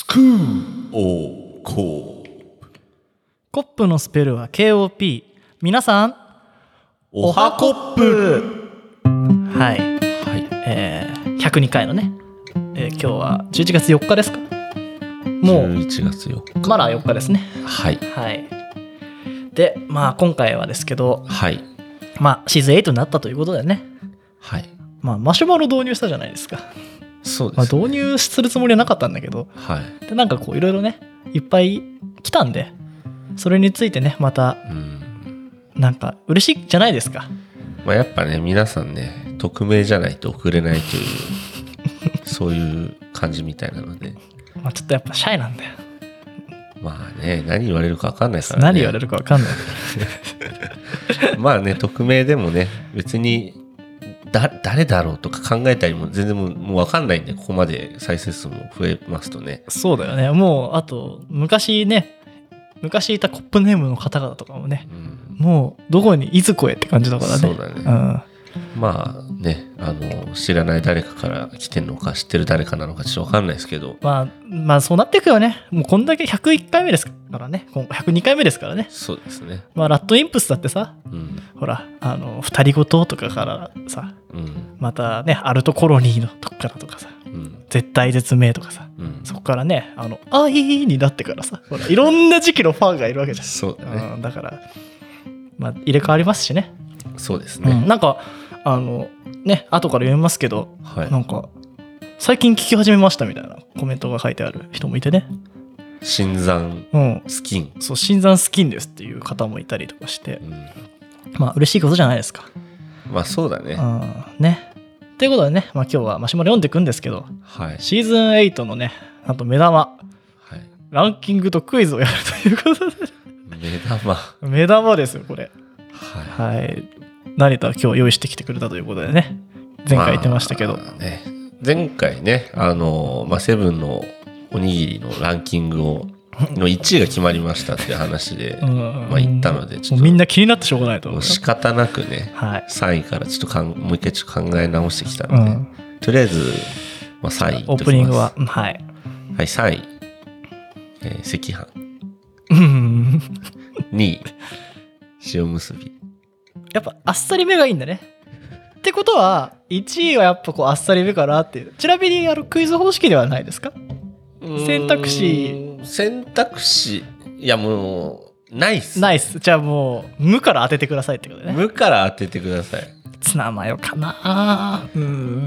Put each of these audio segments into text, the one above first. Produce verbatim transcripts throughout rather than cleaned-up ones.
クーオーコープ。 コップのスペルは ケーオーピー。 皆さんおはコップ。 はい、 はい、 えー、ひゃくにかいのね、えー、今日はじゅういちがつよっかですか。もうじゅういちがつよっか、 まだよっかですね。 はいはい。でまあ今回はですけど、 はいまあシーズンエイトになったということでね、 はい、 まあマシュマロ導入したじゃないですか。 そうですね、 まあ、導入するつもりはなかったんだけど、 はい、 でなんかこういろいろねいっぱい来たんで、それについてねまたうんなんか嬉しいじゃないですか。 まあ、やっぱね皆さんね匿名じゃないと送れないというそういう感じみたいなので、 まあちょっとやっぱシャイなんだよ。 まあね何言われるか分かんないからね。 何言われるか分かんないまあね匿名でもね別にだ誰だろうとか考えたりも全然もう、もう分かんないんで、ここまで再生数も増えますとね。 そうだよね。もうあと昔ね昔いたコップネームの方々とかもね、うん、もうどこにいずこへって感じだからね。 そうだね、 うん、 まあねあの知らない誰かから来てるのか知ってる誰かなのかちょっと分かんないですけど、 まあまあそうなっていくよね。もうこんだけひゃくいっかいめですからね、今ひゃくにかいめですからね。 そうですね。 まあラッドインプスだってさ、うん、ほらあの二人ごととかからさ、うん、またねアルトコロニーのとこからとかさ、うん、絶対絶命とかさ、うん、そこからねあのあいいになってからさ、ほらいろんな時期のファンがいるわけじゃん。 そうだね、 うん、だからまあ入れ替わりますしね。 そうですね、 うん、なんかあのね後から読みますけど、はい、なんか最近聞き始めましたみたいなコメントが書いてある人もいてね。 新山スキン、 うん、そう新山スキンですっていう方もいたりとかして、うん、まあ嬉しいことじゃないですか。 まあそうだね、 うん、ねということでね、まあ、今日はマシュマロ読んでいくんですけど、はい、シーズンエイトのねあと目玉、はい、ランキングとクイズをやるということで目玉目玉ですよこれ。 はい、 はい、成田は今日用意してきてくれたということでね、前回言ってましたけど、 まあね、前回ねあの、まあ、セブンのおにぎりのランキングをのいちいが決まりましたっていう話で、うん、まあ、言ったのでちょっとみんな気になってしょうがないと思う。 仕方なくね、はい、さんいからちょっとかんもう一回ちょっと考え直してきたので、うん、とりあえず、まあ、さんいオープニングははい、 はい、さんい、えー、赤飯にい塩むすび。 やっぱあっさりめがいいんだね。ってことはいちいはやっぱこうあっさりめかなっていう。ちなみにあのクイズ方式ではないですか？選択肢選択肢いやもうないっすないっす。じゃあもう無から当ててくださいってことね。 無から当ててください。 ツナマヨかな。うん、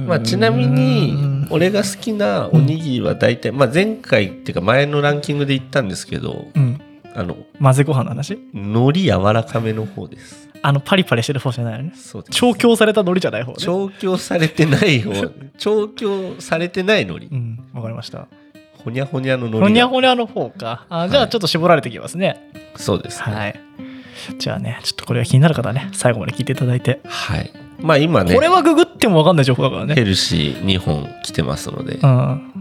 まあ、ちなみに俺が好きなおにぎりは大体、まあ、前回っていうか前のランキングで言ったんですけど、うん、あの混ぜご飯の話、 海苔柔らかめの方です。 あのパリパリしてる方じゃないよね。そうです。調教された海苔じゃない方ね。 調教されてない方調教されてない海苔。 うん、わかりました。 ほにゃほにゃの海苔。 ほにゃほにゃの方か。あ、じゃあちょっと絞られてきますね。はい、 そうですね。 はい。じゃあね、ちょっとこれが気になる方はね、最後まで聞いていただいて。 はい。まあ今ね、 これはググっても分かんない情報だからね。 ヘルシーにほん来てますので、うん、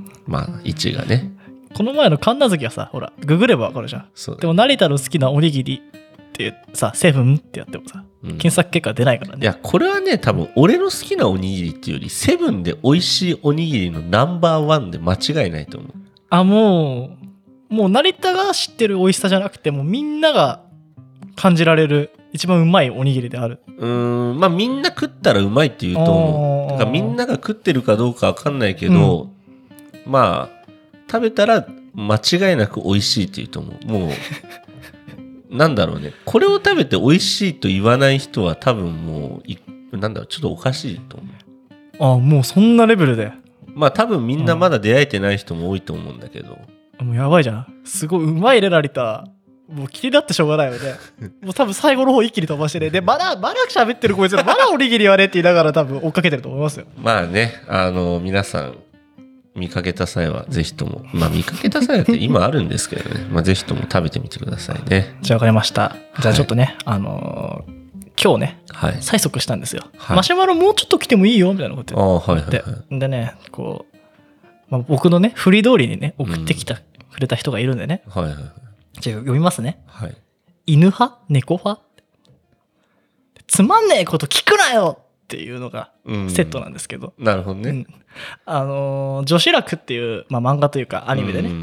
まあいちいがね。 この前の神奈月はさ、ほらググれば分かるじゃん。そうでも成田の好きなおにぎりってさ、セブンってやってもさ、うん、検索結果出ないからね。 いやこれはね多分俺の好きなおにぎりっていうよりセブンで美味しいおにぎりのナンバーワンで間違いないと思う。 あ、もうもう成田が知ってる美味しさじゃなくて、もうみんなが感じられる一番うまいおにぎりである。 うーん、まあみんな食ったらうまいって言うと思う。だからみんなが食ってるかどうか分かんないけど、うん、まあ食べたら間違いなく美味しいって言うと思う。もうなんだろうね、これを食べて美味しいと言わない人は多分もうなんだろう、ちょっとおかしいと思う。 ああ、もうそんなレベルで。 まあ多分みんなまだ出会えてない人も多いと思うんだけど、 うん、もうやばいじゃん。すごいうまいレラリタ、もう気になってしょうがないよね。もう多分最後の方一気に飛ばしてね、でまだまだ喋ってるこいつらまだおにぎりはねって言いながら多分追っかけてると思いますよ。 まあね、あの皆さん見かけた際はぜひとも、まあ見かけた際って今あるんですけどね、まあぜひとも食べてみてくださいね。 じゃあ分かりました。じゃあちょっとね、はい、あのー、今日ね、はい、催促したんですよ、はい、マシュマロもうちょっと来てもいいよみたいなこと言って、あ、はいはいはい、でねこう、まあ、僕のね振り通りにね送ってきた、うん、くれた人がいるんでね、はいはいはい、じゃあ読みますね、はい、犬派猫派つまんねえこと聞くなよっていうのがセットなんですけど、 うん、なるほどね、うん、 あのー、女子楽っていう、まあ、漫画というかアニメでね、うん、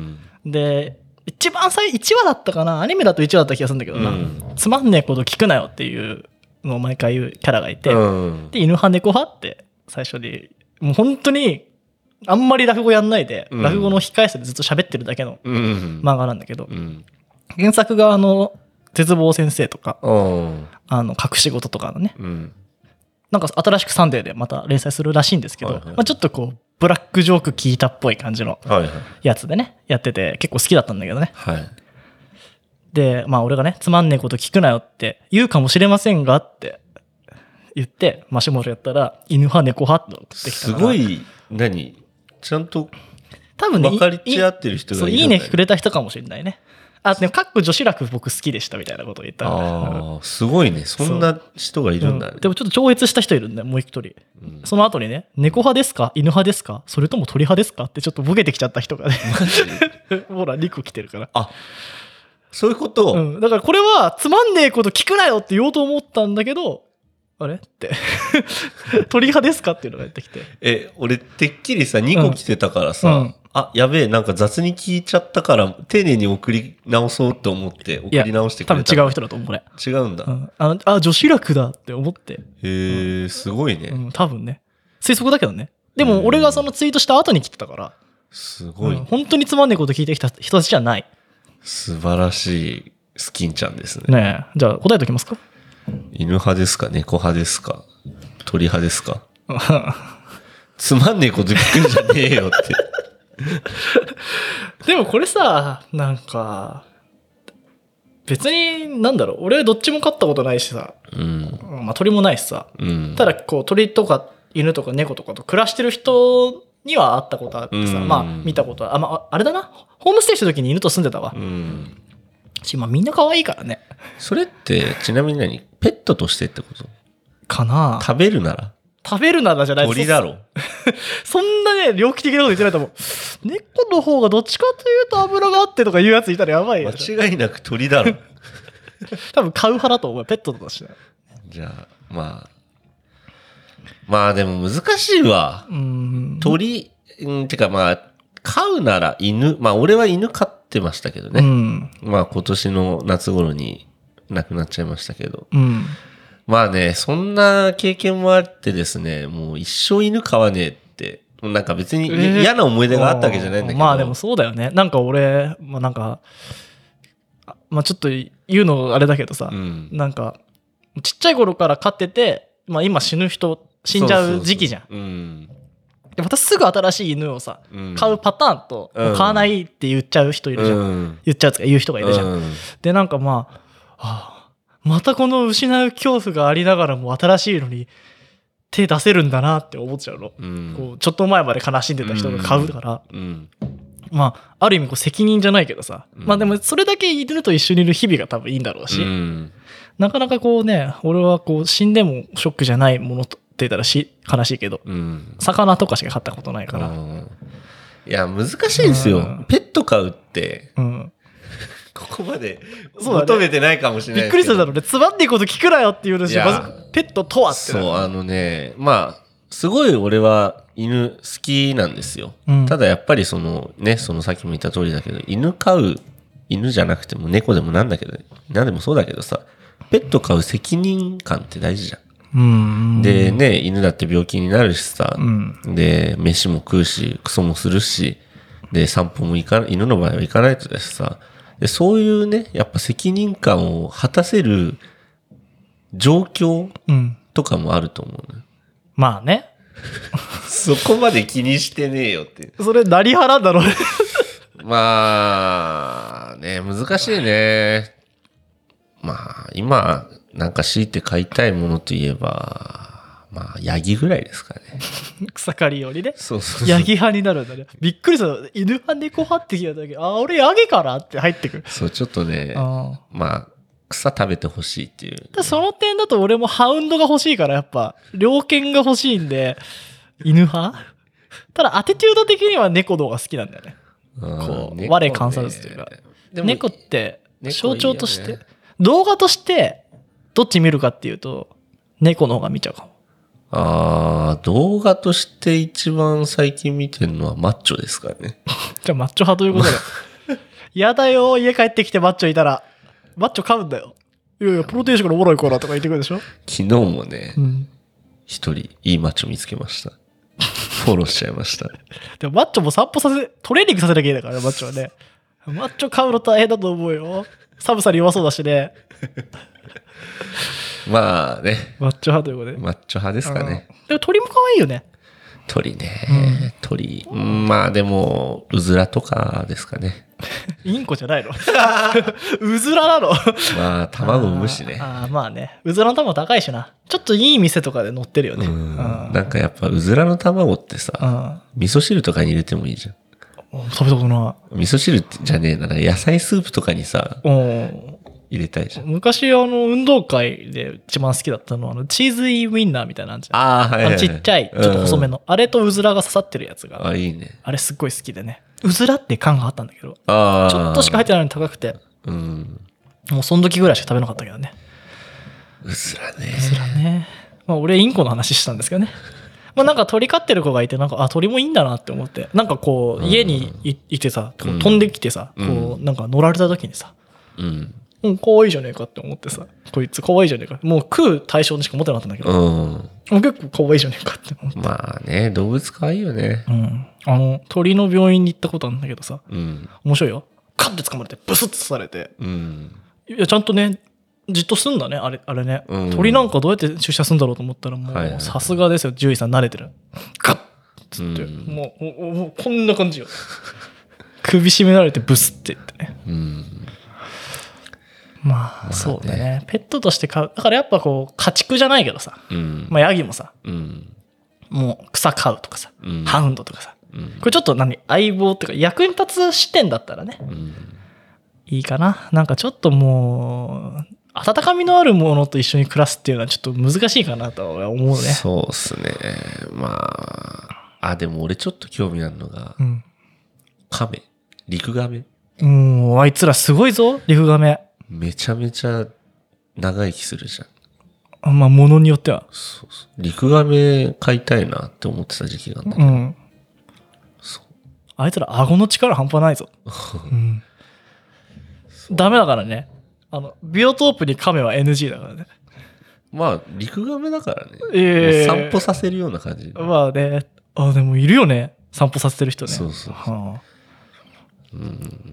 で一番最いちわだったかな、アニメだといちわだった気がするんだけどな、うん、つまんねえこと聞くなよっていうのを毎回言うキャラがいて、うん、で犬派猫派って最初にもう本当にあんまり落語やんないで、うん、落語の控え室でずっと喋ってるだけの漫画なんだけど、うん、原作があの絶望先生とか、うん、あの隠し事とかのね、うん、なんか新しくサンデーでまた連載するらしいんですけど、はいはい、まあ、ちょっとこうブラックジョーク聞いたっぽい感じのやつでね、はいはい、やってて結構好きだったんだけどね、はい、でまあ俺がねつまんねえこと聞くなよって言うかもしれませんがって言ってマシュマロやったら犬派猫派って送ってきたから、 すごい何ちゃんと多分ね分かり合ってる人がいるんだよね。 そういいねくれた人かもしれないね。あでもかっこ女子楽僕好きでしたみたいなことを言ったら、 ああすごいね、そんな人がいるんだね、 うん、でもちょっと超越した人いるんだよもう一人、うん、その後にね猫派ですか犬派ですかそれとも鳥派ですかってちょっとボケてきちゃった人がねほらにこ来てるから、 あそういうこと、 うん、だからこれはつまんねえこと聞くなよって言おうと思ったんだけどあれって鳥派ですかっていうのがやってきて、 え俺てっきりさにこ来てたからさ、うんうん、あやべえなんか雑に聞いちゃったから丁寧に送り直そうと思って送り直してくれた。 多分違う人だと思うこれ。 違うんだ、うん、 あ, あ女子楽だって思って。 へえ、うん、すごいね、 うん、多分ね推測だけどね。でも俺がそのツイートした後に来てたからすごい、ね、 うん、本当につまんねえこと聞いてきた人たちじゃない。 素晴らしいスキンちゃんですね。 ねえじゃあ答えておきますか。 犬派ですか猫派ですか鳥派ですかつまんねえこと聞くんじゃねえよってでもこれさなんか別になんだろう俺どっちも飼ったことないしさ、うんまあ、鳥もないしさ、うん、ただこう鳥とか犬とか猫とかと暮らしてる人には会ったことあってさ、うん、まあ見たことは あ,、まあ、あれだなホームステイした時に犬と住んでたわ、うんまあ、みんな可愛いからね。 それってちなみに何ペットとしてってことかな。 食べるなら食べるならじゃない。 鳥だろそんなね猟奇的なこと言ってないと思う。猫の方がどっちかというと脂があってとか言うやついたらやばいよ。 間違いなく鳥だろ多分飼う派だと思う。ペットだしね。 じゃあまあまあでも難しいわ。うん鳥んてかまあ飼うなら犬、まあ俺は犬飼ってましたけどね、うん、まあ今年の夏頃に亡くなっちゃいましたけど、うん、まあねそんな経験もあってですねもう一生犬飼わねえってなんか別に嫌な思い出があったわけじゃないんだけど、 まあでもそうだよね。なんか俺、まあ、なんかまあちょっと言うのあれだけどさ、うん、なんかちっちゃい頃から飼ってて、まあ、今死ぬ人死んじゃう時期じゃん。そうそうそう、うんまたすぐ新しい犬をさ、うん、買うパターンと、うん、買わないって言っちゃう人いるじゃん、うん、言っちゃうつか言う人がいるじゃん、うん、でなんかまあ、はあ、またこの失う恐怖がありながらも新しいのに手出せるんだなって思っちゃうの、うん、こうちょっと前まで悲しんでた人が買うから、うんうん、まあある意味こう責任じゃないけどさ、うん、まあでもそれだけ犬と一緒にいる日々が多分いいんだろうし、うん、なかなかこうね俺はこう死んでもショックじゃないものとって言ったらし悲しいけど、うん、魚とかしか飼ったことないから、うん、 いや難しいですよ、うん、ペット飼うって、うん、ここまで求めてないかもしれないですけど、ね、びっくりするだろうね。つまんねえこと聞くなよっていうのしまずペットとはってそうあのねまあすごい俺は犬好きなんですよ、うん、ただやっぱりそのねそのさっきも言った通りだけど犬飼う犬じゃなくても猫でもなんだけど何でもそうだけどさペット飼う責任感って大事じゃん。うんでね犬だって病気になるしさ、うん、で飯も食うしクソもするしで散歩も行か犬の場合は行かないとだしさでそういうねやっぱ責任感を果たせる状況とかもあると思うね、うん、 まあねそこまで気にしてねえよってそれ何派なんだろうねまあね難しいね。まあ今なんか強いて買いたいものといえばまあヤギぐらいですかね草刈りよりね。 そうそうそうヤギ派になるんだね。びっくりした。犬派猫派って聞いた時あ俺ヤギかなって入ってくる。 そうちょっとねあまあ草食べてほしいっていう。 その点だと俺もハウンドが欲しいからやっぱ猟犬が欲しいんで犬派。ただアティチュード的には猫の方が好きなんだよね。こう、ね、我観察というか猫って象徴として、ね、動画としてどっち見るかっていうと猫の方が見ちゃうかも。 ああ動画として一番最近見てるのはマッチョですからねじゃあマッチョ派ということでやだよ、家帰ってきてマッチョいたら。マッチョ買うんだよ。いやいや、プロテインしからおもろいからとか言ってくるでしょ。 昨日もね、一、うん、人いいマッチョ見つけました。フォローしちゃいました。 でもマッチョも散歩させ、トレーニングさせなきゃいけないからね、マッチョはね。マッチョ買うの大変だと思うよ。寒さに弱そうだしね。 まあね。 マッチョ派ということで。 マッチョ派ですかね。 でも鳥も可愛いよね。 鳥ね、うん、鳥、うん、まあでもうずらとかですかね。 インコじゃないの？うずらなの？ まあ卵産むしね。 ああまあね、うずらの卵高いしな。ちょっといい店とかで載ってるよね。うん、 なんかやっぱうずらの卵ってさ、味噌汁とかに入れてもいいじゃん。 食べたことない。 味噌汁じゃねえな、野菜スープとかにさ、入れたいじゃん。 昔あの運動会で一番好きだったのはあのチーズインウィンナーみたいなのあるじゃん。 ああはい、はい、 ちっちゃいちょっと細めの、うん、あれとうずらが刺さってるやつがあいいね。 あれすっごい好きでね。うずらって缶があったんだけど、あちょっとしか入ってないのに高くて、うん、もうその時ぐらいしか食べなかったけどね。 うずらね。 うずらね。まあ俺インコの話したんですけどね。まあなんか鳥飼ってる子がいてなんかあ鳥もいいんだなって思って、なんかこう家に い,、うん、いてさ飛んできてさ、うん、こうなんか乗られた時にさ、うんうん、可愛いじゃねえかって思ってさ、こいつ可愛いじゃねえか。もう食う対象にしか持ってなかったんだけど、うん、もう結構可愛いじゃねえかって思って。 まあね、動物可愛いよね。 うん。あの、鳥の病院に行ったことあるんだけどさ、うん、面白いよ。カッて掴まれて、ブスッと刺されて、うん、いや、ちゃんとね、じっとすんだね、あれ、あれね、うん。鳥なんかどうやって注射すんだろうと思ったら、もう、さすがですよ、獣医さん慣れてる。ガッつって、うん、もう、もう、もうこんな感じよ。首絞められてブスって言ってね。うんまあそうだ ね, ねペットとして飼うだからやっぱこう家畜じゃないけどさ、うん、まあヤギもさ、うん、もう草飼うとかさ、うん、ハウンドとかさ、うん、これちょっと何相棒っていうか役に立つ視点だったらね、うん、いいかな。なんかちょっともう温かみのあるものと一緒に暮らすっていうのはちょっと難しいかなとは思うね。 そうっすね。まああでも俺ちょっと興味あるのが、うん、カメリクガメ。 うんあいつらすごいぞリクガメ。 めちゃめちゃ長生きするじゃん。 あまあ物によっては。 そうそう。リクガメ飼いたいなって思ってた時期があったけど。うん。 そう。あいつら顎の力半端ないぞ。うん。ダメだからね。あのビオトープにカメは エヌジー だからね。 まあリクガメだからね。ええー。散歩させるような感じ。 まあね。あでもいるよね。散歩させてる人ね。 そうそうそう。はあうん、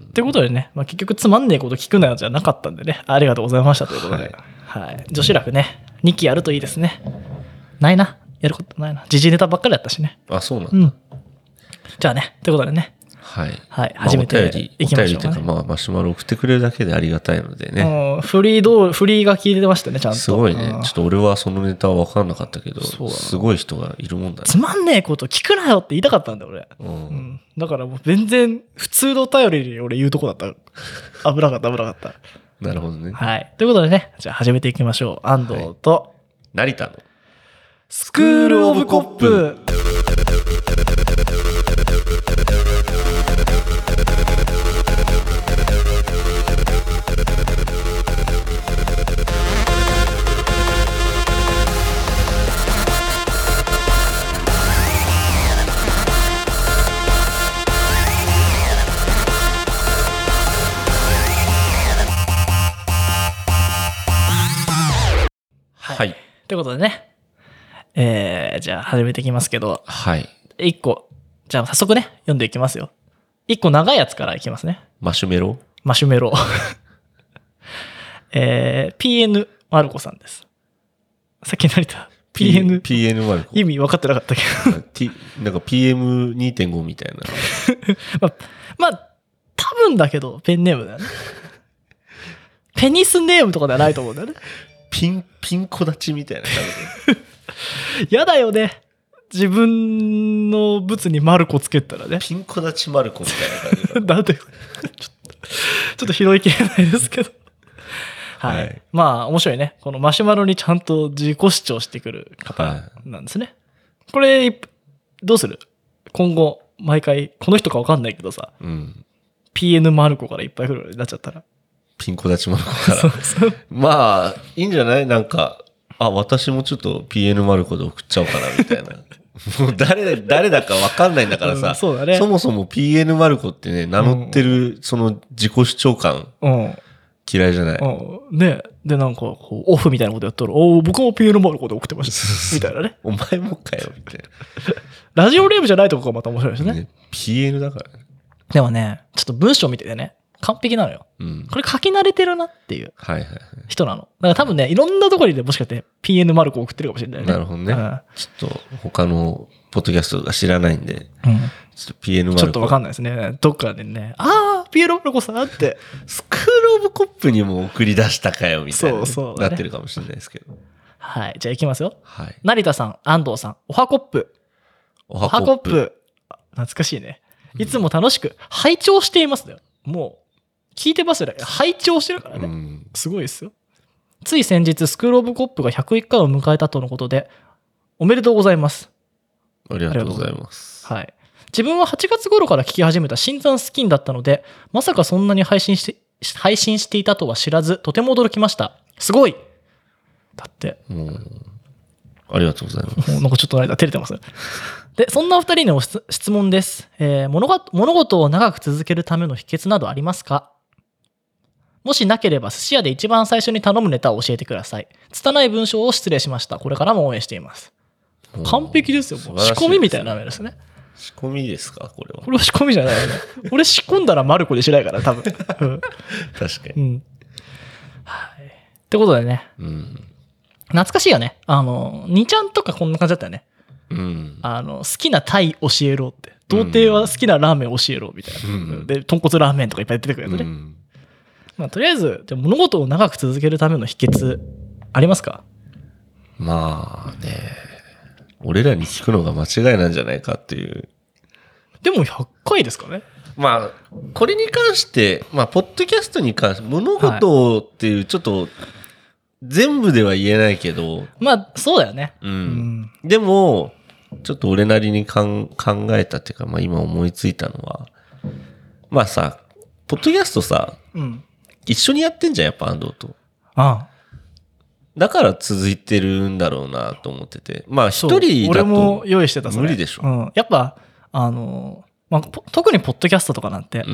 ってことでね、まあ、結局つまんねえこと聞くなよじゃなかったんでね、ありがとうございましたということで、はいはい、女子楽ねにきやるといいですね。ないな、やることないな、時事ネタばっかりだったしね。 あそうなんだ、うん、 じゃあねということでね、 はい、 はい、始めていきましょうかね。お便りというか、 まあ、マシュマロ送ってくれるだけでありがたいのでね。 フリードフリーが聞いてましたねちゃんと。 すごいね。ちょっと俺はそのネタは分かんなかったけど、すごい人がいるもんだね。 つまんねえこと聞くなよって言いたかったんだよ俺、うんうん、だからもう全然普通のお便りに俺言うとこだった。危なかった危なかった。 なるほどね。 はいということでね、じゃあ始めていきましょう。安藤と、はい、 成田のスクールオブコップ。はい。ということでね、えー、じゃあ始めていきますけど、 はい。 いっこ、じゃあ早速ね、読んでいきますよ。いっこ長いやつからいきますね。 マシュメロマシュメロ。えー、ピーエヌ マルコさんです。さっき成田。ピーエヌ。 ピーエヌ マルコ。 意味分かってなかったけど。 T、なんか ピーエムにてんご みたいな。 まあ、まあ、多分だけど、ペンネームだよね。ペニスネームとかではないと思うんだよね。 ピン、ピンコ立ちみたいな感じ。やだよね。自分のブツにマルコつけたらね。 ピンコ立ちマルコみたいな感じ。 なんでちょっと、ちょっと拾いきれないですけど。はい。はい、まあ、面白いね。このマシュマロにちゃんと自己主張してくる方なんですね。はい、これ、どうする？今後、毎回、この人か分かんないけどさ、うん、ピーエヌ マルコからいっぱい来るようになっちゃったら。 ピンコ立ちマルコから。そうそうまあ、いいんじゃない？なんか、あ、私もちょっと ピーエヌ マルコで送っちゃおうかな、みたいな。 もう誰、誰だか分かんないんだからさ、うん、 そうだね。 そもそも ピーエヌ マルコってね、名乗ってる、その自己主張感、うん、嫌いじゃない。 うん、ねで、なんか、こう、オフみたいなことやったら、お僕も ピーエヌ マルコで送ってました。みたいなね。 お前もかよ、みたいな。 ラジオネームじゃないとこがまた面白いですね。ねピーエヌ だからね。 でもね、ちょっと文章見ててね、完璧なのよ。うん、これ書き慣れてるなっていう人なの。だから多分ね、いろんなところでもしかして ピーエヌ マルコ送ってるかもしれないね。 なるほどね。うん、ちょっと他のポッドキャストが知らないんで、うん、ちょっと ピーエヌ マルコ。 ちょっとわかんないですね。どっかでね、あー、ピーエヌ マルコさんって。 スクールオブコップにも送り出したかよみたいな、ね、そうそう、ね、なってるかもしれないですけど。 はい。じゃあ行きますよ。 はい。 成田さん、安藤さん、おはコップ。おはコップ。懐かしいね。いつも楽しく拝聴していますよ。もう、聞いてますよね。拝聴してるからね。うん、すごいですよ。つい先日、スクールオブコップがひゃくいっかいを迎えたとのことで、おめでとうございます。 ありがとうございます。 はい。自分ははちがつ頃から聞き始めた新参スキンだったので、まさかそんなに配信して、配信していたとは知らず、とても驚きました。すごいだって。 うん。ありがとうございます。 なんかちょっと照れてます。で、そんなお二人にお質問です。えー、物が、物事を長く続けるための秘訣などありますか？もしなければ、寿司屋で一番最初に頼むネタを教えてください。拙い文章を失礼しました。これからも応援しています。完璧ですよ。もう仕込みみたいな名前ですね。 仕込みですかこれは。 これは仕込みじゃないよね。俺仕込んだらマルコでしないから、多分。うん、 確かに。 うん。はい。ってことでね。うん、懐かしいよね。あの、にちゃんとかこんな感じだったよね。うん、あの好きなタイ教えろって。童貞は好きなラーメン教えろみたいな。うん、で、豚骨ラーメンとかいっぱい出てくるやつね。うん、まあ、とりあえず、でも物事を長く続けるための秘訣、ありますか？ まあね。俺らに聞くのが間違いなんじゃないかっていう。 でもひゃっかいですかね。 まあ、これに関して、まあ、ポッドキャストに関して、物事っていう、ちょっと、全部では言えないけど。 まあ、そうだよね。 うん。うん、でも、ちょっと俺なりにかん考えたっていうか、まあ今思いついたのは、まあさ、ポッドキャストさ、うん、一緒にやってんじゃん、やっぱ安藤と。 ああ。 だから続いてるんだろうなと思ってて。まあ一人だと俺も用意してた、 無理でしょ。 うん、やっぱ、あの、まあ、特にポッドキャストとかなんて、うん、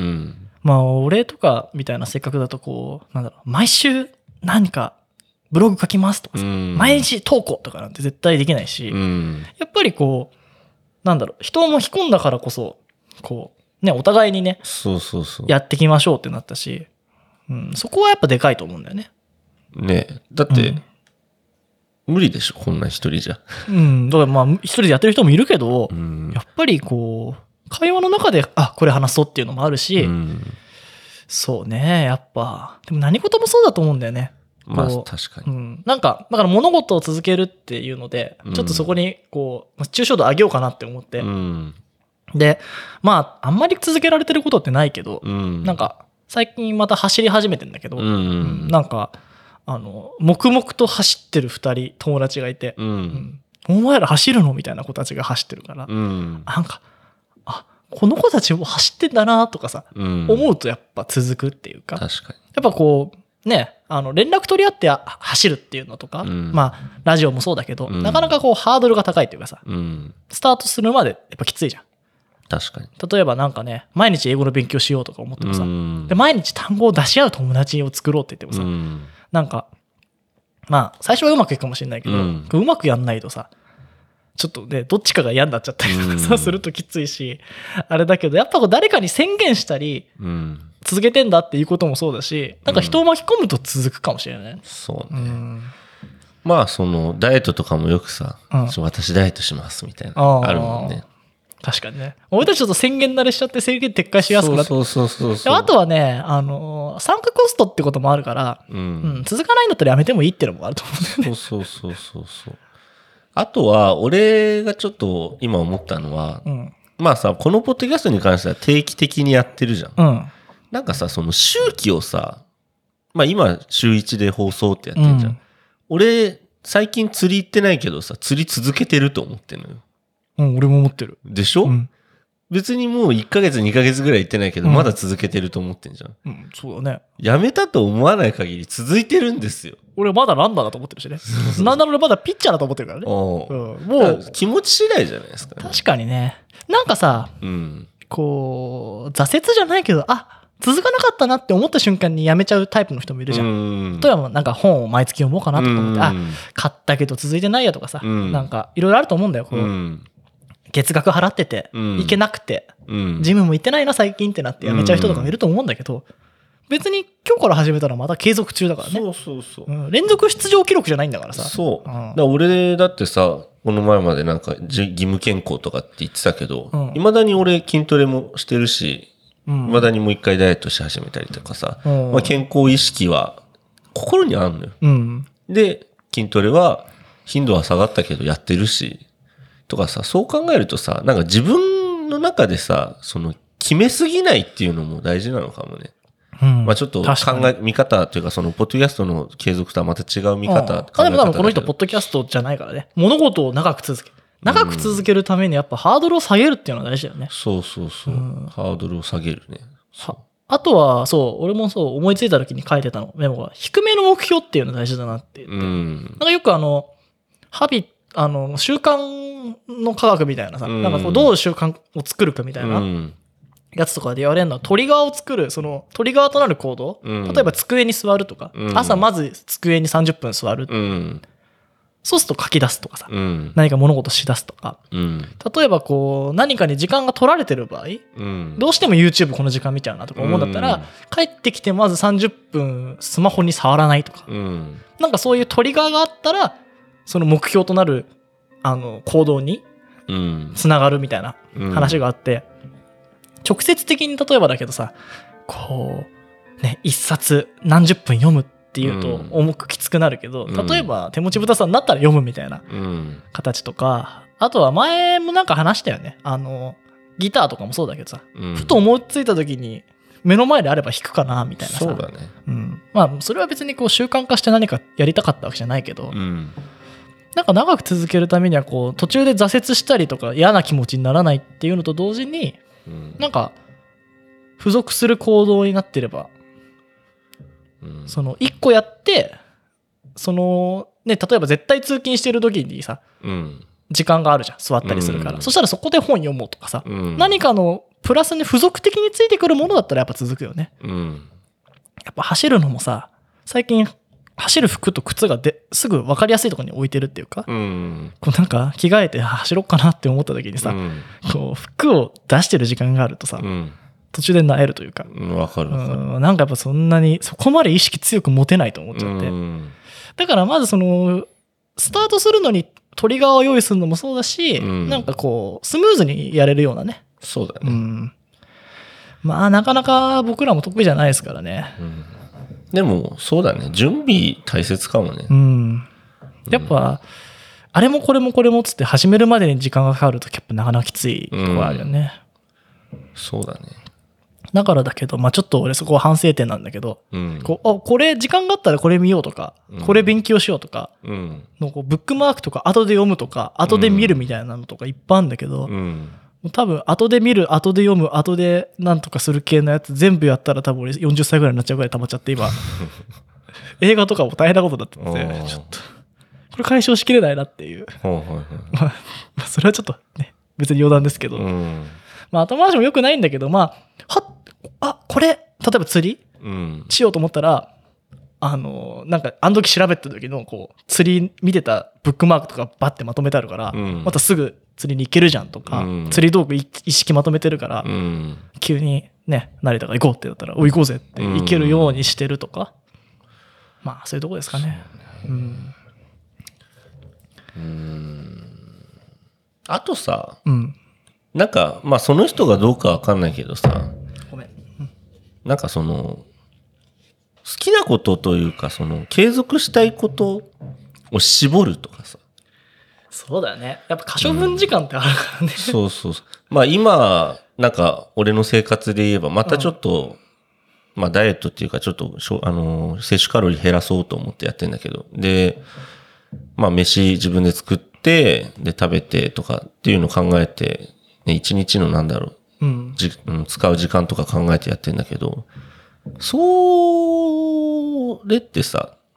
まあ俺とかみたいな性格だとこう、なんだろう、毎週何かブログ書きますとかさ、うん、毎日投稿とかなんて絶対できないし、うん、やっぱりこう、なんだろう、人を巻き込んだからこそ、こう、ね、お互いにね、 そうそうそう。 やっていきましょうってなったし、うん、そこはやっぱでかいと思うんだよね。 ねえ、だって、うん無理でしょこんな一人じゃ。 うん。だからまあ一人でやってる人もいるけど、うん、やっぱりこう会話の中であこれ話そうっていうのもあるし、うん、そうねやっぱでも何事もそうだと思うんだよね。 まあ確かに、 うん。なんかだから物事を続けるっていうので、ちょっとそこにこう抽象度上げようかなって思って、うん、でまああんまり続けられてることってないけど、うん、なんか最近また走り始めてんだけど、うんうん、なんか。あの黙々と走ってるふたり友達がいて、うんうん、お前ら走るのみたいな子たちが走ってるから、うん、なんかあこの子たちも走ってんだなとかさ、うん、思うとやっぱ続くっていうか、 確かにやっぱこうねあの連絡取り合って走るっていうのとか、うん、まあラジオもそうだけど、うん、なかなかこうハードルが高いっていうかさ、うん、スタートするまでやっぱきついじゃん。 確かに。 例えばなんかね毎日英語の勉強しようとか思ってもさ、うん、で毎日単語を出し合う友達を作ろうって言ってもさ、うんなんか、まあ、最初はうまくいくかもしれないけど、うん、うまくやんないとさ、ちょっとね、どっちかが嫌になっちゃったりとかさ、するときついし、あれだけど、やっぱこう誰かに宣言したり、うん、続けてんだっていうこともそうだし、なんか人を巻き込むと続くかもしれない。うん、 そうね。うん、まあ、その、ダイエットとかもよくさ、うん、私ダイエットしますみたいな、あ, あるもんね。 確かにね。俺たちちょっと宣言慣れしちゃって宣言撤回しやすくなって。 そうそうそうそう。 あとはね、あのー、参加コストってこともあるから、うんうん、続かないんだったらやめてもいいってのもあると思うんだよね。 そうそうそうそう。あとは、俺がちょっと今思ったのは、うん、まあさ、このポッドキャストに関しては定期的にやってるじゃん。うん、なんかさ、その周期をさ、まあ今週いちで放送ってやってるじゃん。うん、俺、最近釣り行ってないけどさ、釣り続けてると思ってるのよ。 うん、俺も思ってる。 でしょ、うん、別にもういっかげつにかげつぐらい行ってないけど、うん、まだ続けてると思ってんじゃん。 うん、そうだね。 やめたと思わない限り続いてるんですよ。 俺まだランナーだと思ってるしね。なんなら俺まだピッチャーだと思ってるからね。うん、 もう気持ち次第じゃないですか、ね。 確かにね。なんかさ、 うん、 こう、挫折じゃないけど、あ、続かなかったなって思った瞬間にやめちゃうタイプの人もいるじゃん。うん、例えばなんか本を毎月読もうかなとか思って、うん、あ、買ったけど続いてないやとかさ、うん、なんかいろいろあると思うんだよ。こう、うん、月額払ってて、うん、行けなくて、うん、ジムも行ってないな最近ってなってやめちゃう人とかもいると思うんだけど、別に今日から始めたらまた継続中だからね。 そうそうそう。 うん、連続出場記録じゃないんだからさ。 そう。うん、だから俺だってさ、この前までなんか義務健康とかって言ってたけど、いま、うん、だに俺筋トレもしてるし、いま、うん、だにもう一回ダイエットし始めたりとかさ、うん、まあ、健康意識は心にあるのよ。うん、で、筋トレは頻度は下がったけどやってるし、とかさ、そう考えるとさ、なんか自分の中でさ、その決めすぎないっていうのも大事なのかもね。うん、まあちょっと考え、見方というか、その、ポッドキャストの継続とはまた違う見方。うん、 あ、でも多分この人、ポッドキャストじゃないからね。物事を長く続ける。長く続けるためにやっぱハードルを下げるっていうのは大事だよね。 そうそうそう。うん、ハードルを下げるね。 あとは、そう、俺もそう思いついた時に書いてたの、メモが。低めの目標っていうの大事だなって言って。うん、なんかよくあの、ハビ、あの、習慣の科学みたいなさ、うん、なんかこう、どう習慣を作るかみたいな。うんやつとかで言われるのはトリガーを作る、そのトリガーとなる行動、うん、例えば机に座るとか、うん、朝まず机にさんじゅっぷん座る、うん、そうすると書き出すとかさ、うん、何か物事しだすとか、うん、例えばこう何かに時間が取られてる場合、うん、どうしても YouTube この時間見ちゃうなとか思うんだったら、うん、帰ってきてまずさんじゅっぷんスマホに触らないとか、うん、なんかそういうトリガーがあったらその目標となるあの行動につながるみたいな話があって、うん直接的に例えばだけどさ、こう、ね、一冊何十分読むっていうと重くきつくなるけど、うん、例えば手持ちぶたさんになったら読むみたいな形とか、あとは前もなんか話したよね。あの、ギターとかもそうだけどさ、うん、ふと思いついた時に目の前であれば弾くかなみたいなさ。 そうだね。 うん。まあ、それは別にこう習慣化して何かやりたかったわけじゃないけど、うん、なんか長く続けるためにはこう途中で挫折したりとか嫌な気持ちにならないっていうのと同時に、うん、なんか付属する行動になってれば、うん、その一個やってそのね例えば絶対通勤してる時にさ、うん、時間があるじゃん座ったりするから、うん、そしたらそこで本読もうとかさ、うん、何かのプラスに付属的についてくるものだったらやっぱ続くよね、うん、やっぱ走るのもさ最近走る服と靴がですぐ分かりやすいところに置いてるっていうか、うん、こうなんか着替えて走ろうかなって思った時にさ、うん、こう服を出してる時間があるとさ、うん、途中で萎えるというか、 うん、分かる分かる、 うん、なんかやっぱそんなにそこまで意識強く持てないと思っちゃって、うん、だからまずそのスタートするのにトリガーを用意するのもそうだし、うん、なんかこうスムーズにやれるようなね、 そうだね、うん、 まあなかなか僕らも得意じゃないですからね、うんでもそうだね準備大切かもね、 うん、やっぱ、うん、あれもこれもこれもっつって始めるまでに時間がかかるとやっぱなかなかきついところあるよね、 うん、そうだねだからだけどまあちょっと俺そこは反省点なんだけど、うん、こうあこれ時間があったらこれ見ようとか、うん、これ勉強しようとか、うん、のこうブックマークとか後で読むとか後で見るみたいなのとかいっぱいあるんだけど、うん多分後で見る後で読む後でなんとかする系のやつ全部やったら多分俺よんじゅっさいぐらいになっちゃうぐらい溜まっちゃって今映画とかも大変なことになっててちょっとこれ解消しきれないなっていうまあそれはちょっとね別に余談ですけど、うん、まあ後回しも良くないんだけどまあはっあこれ例えば釣り、うん、しようと思ったらあのなんかあの時調べた時のこう釣り見てたブックマークとかバッてまとめてあるから、うん、またすぐ釣りに行けるじゃんとか、うん、釣り道具意識まとめてるから、うん、急にね成田が行こうってなったらお行こうぜって行けるようにしてるとか、うん、まあそういうとこですかね。う、ね、うんうーんあとさ、うん、なんかまあその人がどうかわかんないけどさごめん、うん、なんかその好きなことというかその継続したいことを絞るとかさそうだよねやっぱ可処分時間ってあるからね、うん、 そうそうまあ今なんか俺の生活で言えばまたちょっと、うん、まあダイエットっていうかちょっとあの摂取カロリー減らそうと思ってやってんだけどでまあ飯自分で作ってで食べてとかっていうのを考えて、ね、一日のなんだろう、うんじうん、使う時間とか考えてやってんだけどそれってさ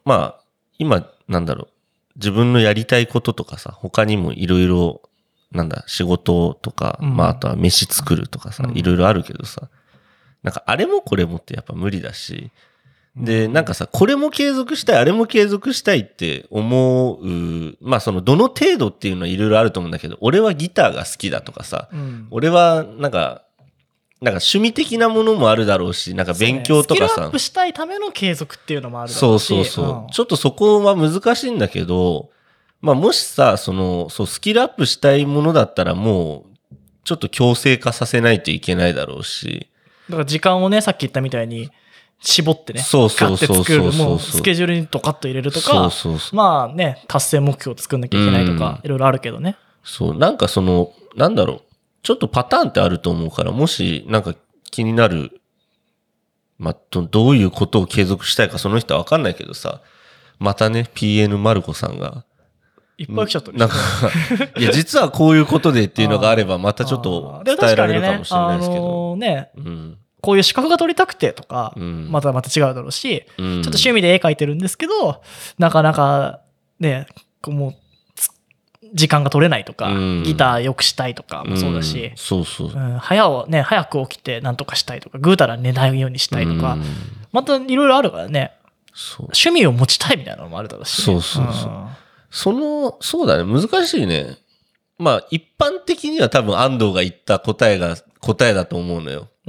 まあ、今、なんだろう、自分のやりたいこととかさ、他にもいろいろ、なんだ、仕事とか、うん、まあ、あとは飯作るとかさ、いろいろあるけどさ、なんかあれもこれもってやっぱ無理だし、で、なんかさ、これも継続したい、あれも継続したいって思う、まあその、どの程度っていうのはいろいろあると思うんだけど、俺はギターが好きだとかさ、うん、俺はなんか、なんか趣味的なものもあるだろうし、なんか勉強とかさ、ね、スキルアップしたいための継続っていうのもあるだろうし、そうそうそう、うん、ちょっとそこは難しいんだけど、まあもしさ、その、そう、スキルアップしたいものだったらもう、ちょっと強制化させないといけないだろうし。 だから時間をね、さっき言ったみたいに、絞ってね、 そうそうそうそうそう、 スケジュールにドカッと入れるとか、そうそうそう、まあね、達成目標を作んなきゃいけないとか、いろいろあるけどね。 そう、なんかその、なんだろう、ちょっとパターンってあると思うから、もしなんか気になる、まあ、ど, どういうことを継続したいかその人は分かんないけどさ、またね、ピーエヌ マルコさんが、 いっぱい来ちゃったね。 なんか、いや、実はこういうことでっていうのがあれば、またちょっと伝えられるかもしれないですけど。 ね、うん、こういう資格が取りたくてとか、うん、またまた違うだろうし、うん、ちょっと趣味で絵描いてるんですけど、なかなかね、もう、時間が取れないとか、うん、ギター良くしたいとかもそうだし、うん、 そうそう、 うん、早をね、早く起きてなんとかしたいとか、ぐうたら寝ないようにしたいとか、うん、またいろいろあるからね、そう趣味を持ちたいみたいなのもあるだろうし、ね、 そうそうそう。うん、その、そうだね、難しいね。まあ、一般的には多分安藤が言った答えが答えだと思うのよ。 うん、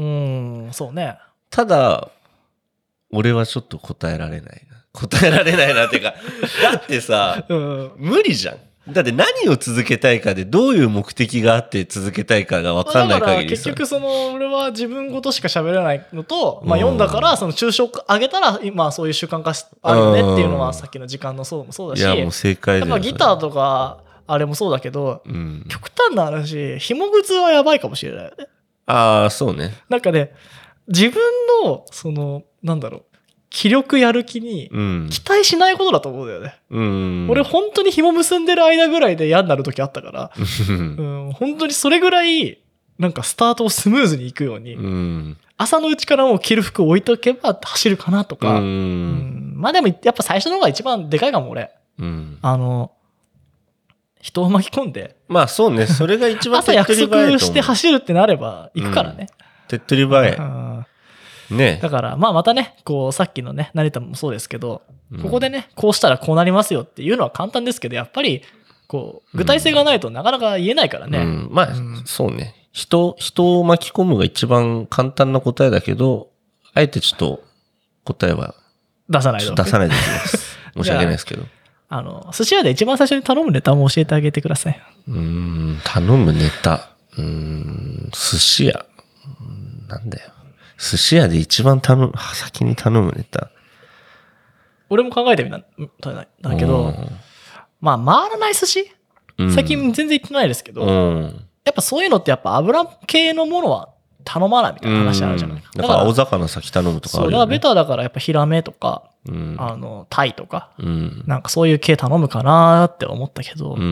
そうね。 ただ、俺はちょっと答えられないな。答えられないなっていうか、だってさ、うん、無理じゃん。だって何を続けたいかでどういう目的があって続けたいかが分かんない限りさ。 だから結局その俺は自分ごとしか喋れないのと、まあ読んだからその抽象を上げたら今そういう習慣化あるよねっていうのはさっきの時間のそうもそうだし。 いやもう正解だよ。 やっぱギターとかあれもそうだけど、うん、極端な話、紐靴はやばいかもしれないよね。 ああ、そうね。 なんかね、自分のそのなんだろう。気力やる気に期待しないことだと思うんだよね。うん、俺本当に紐結んでる間ぐらいで嫌になる時あったから、うん、本当にそれぐらいなんかスタートをスムーズにいくように、うん、朝のうちからもう着る服を置いとけば走るかなとか、うんうん、まあでもやっぱ最初の方が一番でかいかも俺、うん、あの人を巻き込んで、 まあそうね、それが一番手っ取り早いと思う。 朝約束して走るってなれば行くからね、 うん、手っ取り早い。ね、 だから、まあまたね、こう、さっきのね、成田もそうですけど、うん、ここでね、こうしたらこうなりますよっていうのは簡単ですけど、やっぱり、こう、具体性がないとなかなか言えないからね。うんうん、まあ、うん、そうね。人、人を巻き込むが一番簡単な答えだけど、あえてちょっと答えは出さないと。 出さないでいきます。申し訳ないですけど。 あの、寿司屋で一番最初に頼むネタも教えてあげてください。 うーん、頼むネタ。うーん、寿司屋。なんだよ。寿司屋で一番頼む、先に頼むネタ。 俺も考えてみたんだけど、まあ回らない寿司、うん、最近全然行ってないですけど、うん、やっぱそういうのってやっぱ油系のものは頼まないみたいな話あるじゃない、うん、 だから青魚先頼むとかあるよね。そう、だからベタだからやっぱヒラメとか、うん、あのタイとか、うん、なんかそういう系頼むかなって思ったけど、うんうん、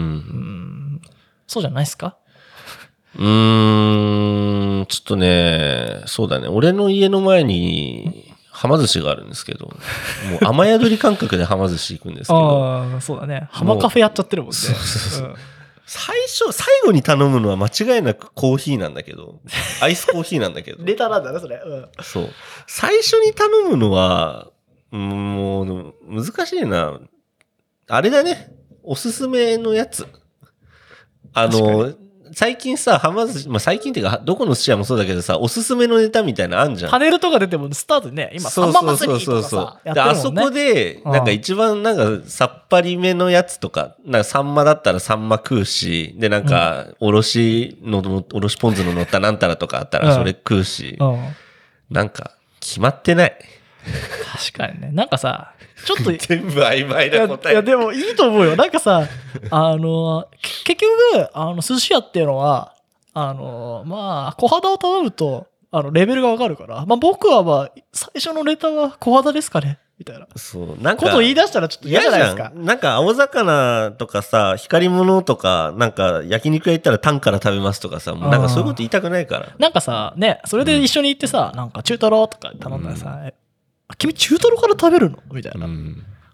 そうじゃないですか？ うーん、ちょっとね、そうだね。俺の家の前に、はま寿司があるんですけど、もう雨宿り感覚ではま寿司行くんですけど。 ああ、そうだね。浜カフェやっちゃってるもんね。 そうそうそう、うん。最初、最後に頼むのは間違いなくコーヒーなんだけど、アイスコーヒーなんだけど。 レタなんだね、それ。うん、 そう。最初に頼むのは、もう、難しいな。あれだね。おすすめのやつ。あの、最近さ、はま寿司、まあ、最近っていうか、どこの寿司屋もそうだけどさ、おすすめのネタみたいなのあんじゃん。 パネルとか出てもスタートでね、今、サンマ祭りとかさ、やってるもんね。 あそこで、なんか一番なんかさっぱりめのやつとか、なんかサンマだったらサンマ食うし、で、なんか、おろしの、おろしポン酢の乗ったなんたらとかあったらそれ食うし、うんうん、なんか、決まってない。 確かにね。なんかさ、ちょっと全部曖昧な答え。 いや、いやでもいいと思うよ。なんかさ、あの、結局、あの、寿司屋っていうのは、あの、まあ、小肌を頼むと、あの、レベルがわかるから、まあ僕はまあ、最初のネタは小肌ですかねみたいな。 そう。なんか。 ことを言い出したらちょっと嫌じゃないですか。 なんか、青魚とかさ、光り物とか、なんか、焼肉屋行ったらタンから食べますとかさ、もうなんかそういうこと言いたくないから。 なんかさ、ね、それで一緒に行ってさ、うん、なんか中トロとか頼んだらさ、うん、君中トロから食べるのみたいな、うん、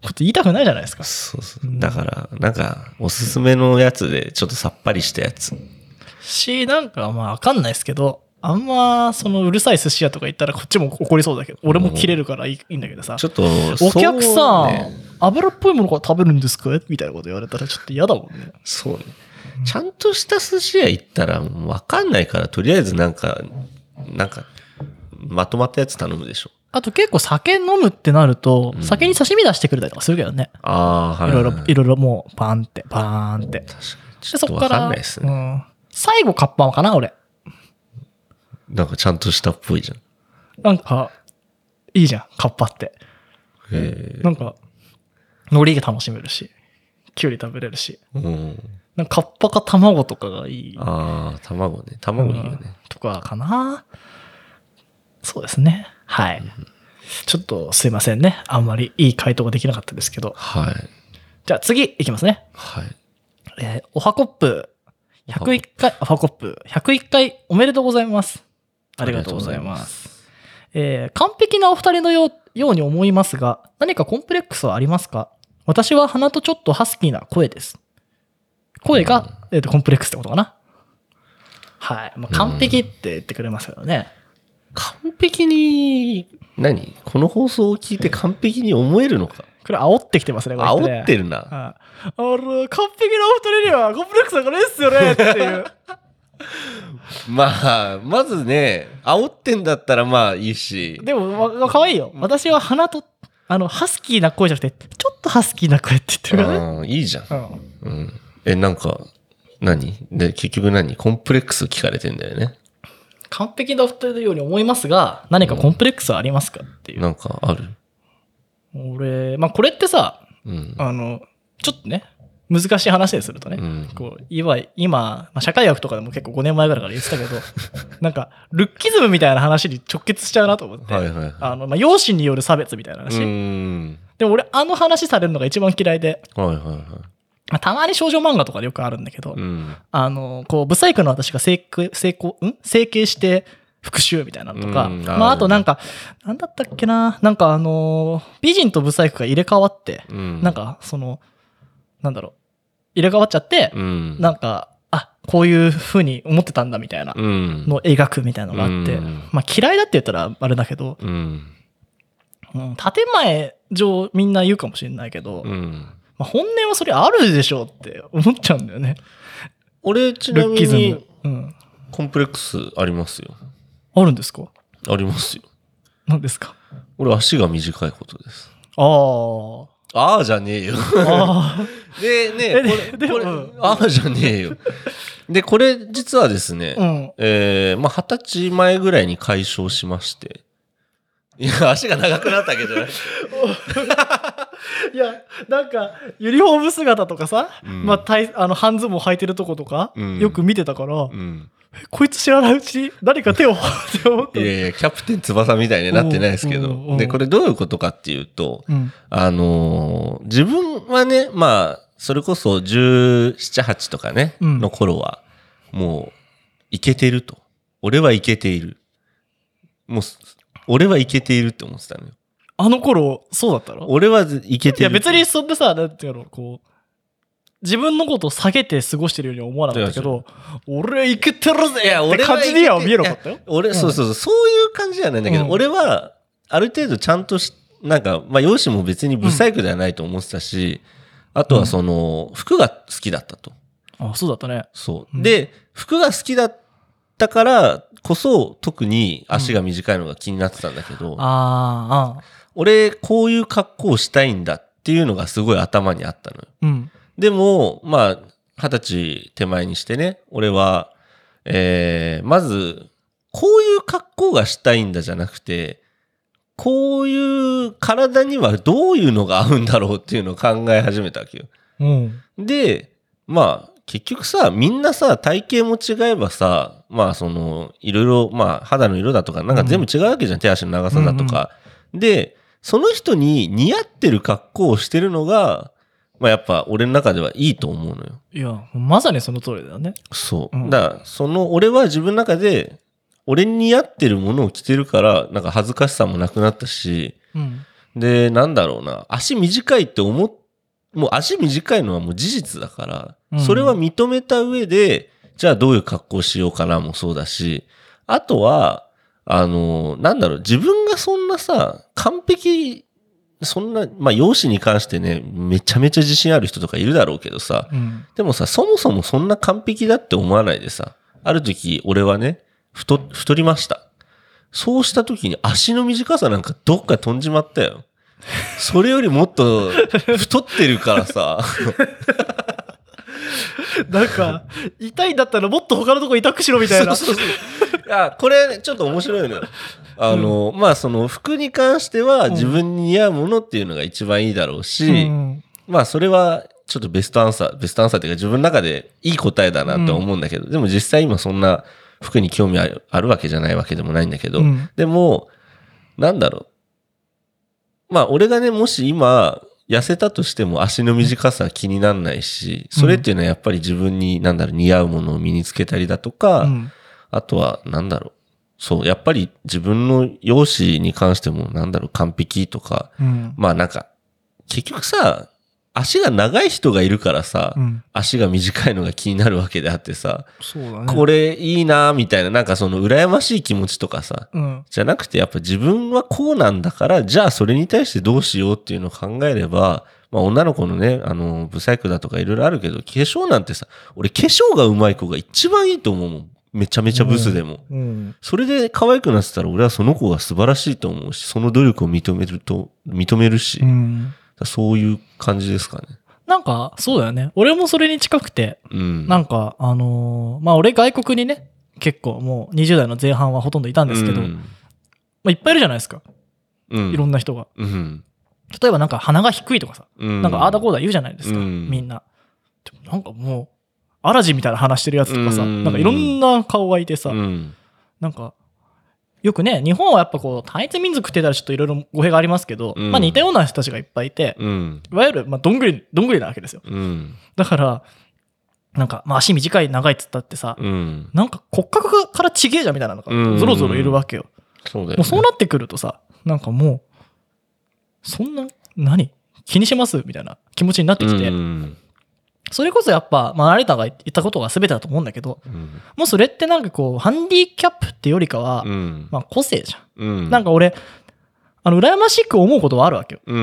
こと言いたくないじゃないですか。 そうそう。だから、なんか、おすすめのやつで、ちょっとさっぱりしたやつ。し、 なんかまあわかんないですけど、あんま、そのうるさい寿司屋とか行ったらこっちも怒りそうだけど、俺も切れるからいい,、いいんだけどさ。 ちょっと、 お客さん、ね、油っぽいものから食べるんですかみたいなこと言われたらちょっと嫌だもんね。 そうね。ちゃんとした寿司屋行ったらわかんないから、とりあえずなんか、なんか、まとまったやつ頼むでしょ。 あと結構酒飲むってなると、うん、酒に刺身出してくれたりとかするけどね。 ああ、はい、はい。 いろいろ、いろいろもう、バーンって、バーンって。確かに。 ちょっとわかんないっすね。うん、 最後カッパかな、俺。 なんかちゃんとしたっぽいじゃん。 なんか、いいじゃん、カッパって。へなんか、海苔が楽しめるし、キュウリ食べれるし。うん。なんかカッパか卵とかがいい。 ああ、卵ね。卵いいよね、うん。 とかかな。そうですね。はい。うん、ちょっとすいませんね。あんまりいい回答ができなかったですけど。 はい。 じゃあ次いきますね。 はい。 えー、おはコップひゃくいっかい、おはコップひゃくいっかいおめでとうございます。ありがとうございます。えー、完璧なお二人のよう、ように思いますが、何かコンプレックスはありますか？私は鼻とちょっとハスキーな声です。声が、うん、えーと、コンプレックスってことかな。はい。まあ、完璧って言ってくれますけどね。 うん、完璧に、何この放送を聞いて完璧に思えるのか？ これ煽ってきてますね、これ、ね。 煽ってるな。 はい、あれ、完璧なお二人にはコンプレックスなんかないっすよねっていう。 まあ、まずね、煽ってんだったらまあいいし。 でも、ま、可愛いよ。私は鼻と、あの、ハスキーな声じゃなくて、ちょっとハスキーな声って言ってるからね。 うん、いいじゃん。うん。うん、え、なんか、何で、結局何コンプレックス聞かれてんだよね。 完璧なお二人のように思いますが、何かコンプレックスはありますかっていう。 なんかある？ 俺、まあこれってさ、うん、あの、ちょっとね、難しい話でするとね、うん、こう今、今、まあ、社会学とかでも結構ごねんまえぐらいから言ってたけど、なんか、ルッキズムみたいな話に直結しちゃうなと思って、はいはいはい、あの、まあ、容姿による差別みたいな話。うんでも俺、あの話されるのが一番嫌いで、はいはいはいまあ、たまに少女漫画とかでよくあるんだけど、うん、あの、こう、ブサイクの私が成功、成功、ん整形して、復讐みたいなのとか、うん、あまあ、あとなんか、なんだったっけな、なんかあのー、美人とブサイクが入れ替わって、うん、なんか、その、なんだろう、入れ替わっちゃって、うん、なんか、あ、こういう風に思ってたんだみたいなのを描くみたいなのがあって、うん、まあ嫌いだって言ったらあれだけど、うんうん、建前上みんな言うかもしれないけど、うんまあ、本音はそれあるでしょうって思っちゃうんだよね。 俺ちなみに、うん、コンプレックスありますよ。 あるんですか？ ありますよ。 何ですか？ 俺足が短いことです。 ああ。 ああじゃねえよ。でね、これ、これ、ああじゃねえよ。で、これ実はですね、うん、えー、まあ二十歳前ぐらいに解消しまして。いや、足が長くなったわけじゃない。 いや、なんか、ユニフォーム姿とかさ、うん、まあ、あの半ズボン履いてるとことか、うん、よく見てたから、うんこいつ知らないうちに誰か手をって思って。 いやいや、キャプテン翼みたいになってないですけど。で、これどういうことかっていうと、うん、あのー、自分はね、まあ、それこそじゅうなな、はちとかね、うん、の頃は、もう、いけてると。俺はいけている。もう、俺はいけているって思ってたのよ。 あの頃、そうだったの？ 俺はいけてる。 いや、別にそんなさ、なんていうの、こう、自分のことを下げて過ごしてるようには思わなかったけど、俺いけてるぜって感じには見えなかったよ。 俺、うん、そうそうそう、そういう感じじゃないんだけど、うん、俺は、ある程度ちゃんとし、なんか、まあ、容姿も別にブサイクではないと思ってたし、うん、あとはその、服が好きだったと。 あ、そうだったね。 そう。で、服が好きだったからこそ、特に足が短いのが気になってたんだけど、 ああ、 俺、こういう格好をしたいんだっていうのがすごい頭にあったのよ。うんでも、まあ、二十歳手前にしてね、俺は、えー、まず、こういう格好がしたいんだじゃなくて、こういう体にはどういうのが合うんだろうっていうのを考え始めたわけよ。うん、で、まあ、結局さ、みんなさ、体型も違えばさ、まあ、その、いろいろ、まあ、肌の色だとか、なんか全部違うわけじゃん、うん、手足の長さだとか、うんうん。で、その人に似合ってる格好をしてるのが、まあやっぱ俺の中ではいいと思うのよ。 いや、まさにその通りだよね。 そう。うん、だから、その俺は自分の中で、俺に似合ってるものを着てるから、なんか恥ずかしさもなくなったし、うん、 で、なんだろうな、足短いって思っ、もう足短いのはもう事実だから、うん、それは認めた上で、じゃあどういう格好しようかなもそうだし、あとは、あの、なんだろう、自分がそんなさ、完璧、そんな、まあ、容姿に関してね、めちゃめちゃ自信ある人とかいるだろうけどさ、うん、でもさ、そもそもそんな完璧だって思わないでさ、ある時、俺はね、太、太りました。そうした時に足の短さなんかどっか飛んじまったよ。それよりもっと太ってるからさ。 なんか、痛いんだったらもっと他のとこ痛くしろみたいな。そうそうそう。 いや、これちょっと面白いのよ。あの、うん、まあその服に関しては自分に似合うものっていうのが一番いいだろうし、うん、まあそれはちょっとベストアンサー、ベストアンサーっていうか自分の中でいい答えだなと思うんだけど、うん、でも実際今そんな服に興味ある、あるわけじゃないわけでもないんだけど、うん、でも、なんだろう。まあ俺がね、もし今、痩せたとしても足の短さは気にならないし、それっていうのはやっぱり自分になんだろう、似合うものを身につけたりだとか、うん、あとはなんだろう。そう、やっぱり自分の容姿に関してもなんだろう、完璧とか、うん、まあなんか、結局さ、足が長い人がいるからさ、うん、足が短いのが気になるわけであってさ、 そうだね、 これいいなみたいな、なんかその羨ましい気持ちとかさ、うん、じゃなくてやっぱ自分はこうなんだから、じゃあそれに対してどうしようっていうのを考えれば、まあ女の子のね、あの、ブサイクだとかいろいろあるけど、化粧なんてさ、俺化粧が上手い子が一番いいと思うもん。めちゃめちゃブスでも、うんうん。それで可愛くなってたら俺はその子が素晴らしいと思うし、その努力を認めると、認めるし、うん、そういう感じですかね。 なんか、そうだよね。俺もそれに近くて、うん、なんか、あのー、まあ俺外国にね、結構もうにじゅう代の前半はほとんどいたんですけど、うん、まあいっぱいいるじゃないですか。うん、いろんな人が。うん、例えばなんか鼻が低いとかさ、うん、なんかあーだこーだ言うじゃないですか、うん、みんな。でもなんかもう、アラジンみたいな話してるやつとかさ、なんかいろんな顔がいてさ、うん、なんか、よくね、日本はやっぱこう、単一民族って言ったらちょっといろいろ語弊がありますけど、うん、まあ似たような人たちがいっぱいいて、うん、いわゆる、まあどんぐり、どんぐりなわけですよ。うん、だから、なんか、まあ足短い長いっつったってさ、うん、なんか骨格からちげえじゃんみたいなのがゾロゾロいるわけよ。 そうだよね。 もうそうなってくるとさ、なんかもう、そんな、何気にしますみたいな気持ちになってきて、うんそれこそやっぱ、まあ、有田が言ったことが全てだと思うんだけど、うん、もうそれってなんかこう、ハンディキャップってよりかは、うん、まあ個性じゃん。うん、なんか俺、あの、羨ましく思うことはあるわけよ。うん、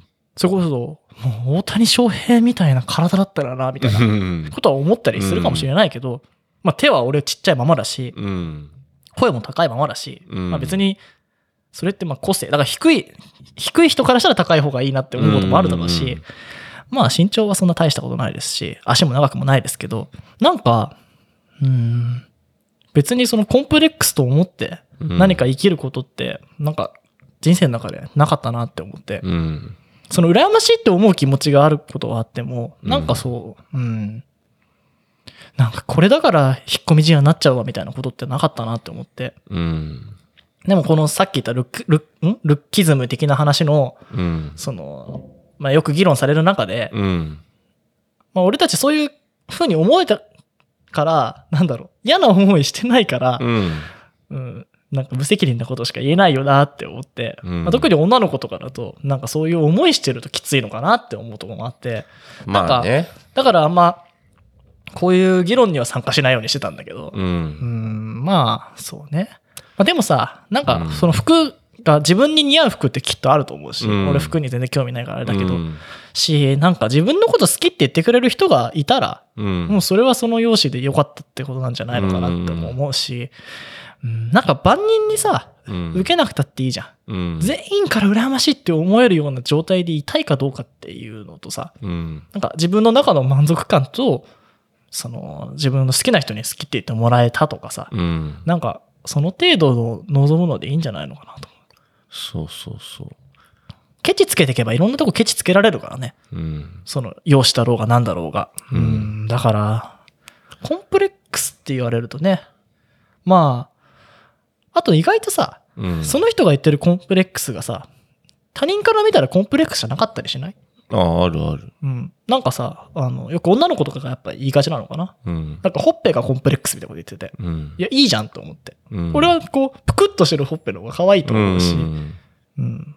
それこそ、もう大谷翔平みたいな体だったらな、みたいなことは思ったりするかもしれないけど、うん、まあ手は俺ちっちゃいままだし、うん、声も高いままだし、うん、まあ別に、それってまあ個性。だから低い、低い人からしたら高い方がいいなって思うこともあるだろうし、うんまあ身長はそんな大したことないですし、足も長くもないですけど、なんか、うーん、別にそのコンプレックスと思って何か生きることって、なんか人生の中でなかったなって思って、うん、その羨ましいって思う気持ちがあることはあっても、なんかそう、うん、なんかこれだから引っ込み思案になっちゃうわみたいなことってなかったなって思って、うん、でもこのさっき言ったルック、ルッ、んルッキズム的な話の、うん、その、まあよく議論される中で、うん、まあ俺たちそういう風に思えたから、なんだろう、嫌な思いしてないから、うんうん、なんか無責任なことしか言えないよなって思って、うんまあ、特に女の子とかだと、なんかそういう思いしてるときついのかなって思うところもあって、 まあね。 だからあんま、こういう議論には参加しないようにしてたんだけど、うん、うんまあ、そうね。まあ、でもさ、なんかその服、が自分に似合う服ってきっとあると思うし、うん、俺服に全然興味ないからあれだけど、うん、し、なんか自分のこと好きって言ってくれる人がいたら、うん、もうそれはその容姿でよかったってことなんじゃないのかなっても思うし、うん、なんか万人にさ、うん、受けなくたっていいじゃん、うん。全員から羨ましいって思えるような状態でいたいかどうかっていうのとさ、うん、なんか自分の中の満足感と、その自分の好きな人に好きって言ってもらえたとかさ、うん、なんかその程度の望むのでいいんじゃないのかなと。 そうそうそう。 ケチつけていけばいろんなとこケチつけられるからね。うん、その容姿だろうが何だろうが。うん、うんだから、コンプレックスって言われるとね。まあ、あと意外とさ、うん、その人が言ってるコンプレックスがさ、他人から見たらコンプレックスじゃなかったりしない？ ああ、あるある。 うん。なんかさ、あの、よく女の子とかがやっぱ言いがちなのかな。うん。なんかほっぺがコンプレックスみたいなこと言ってて。うん。いや、いいじゃんと思って。うん。俺はこう、ぷくっとしてるほっぺの方が可愛いと思うし。うん。うん、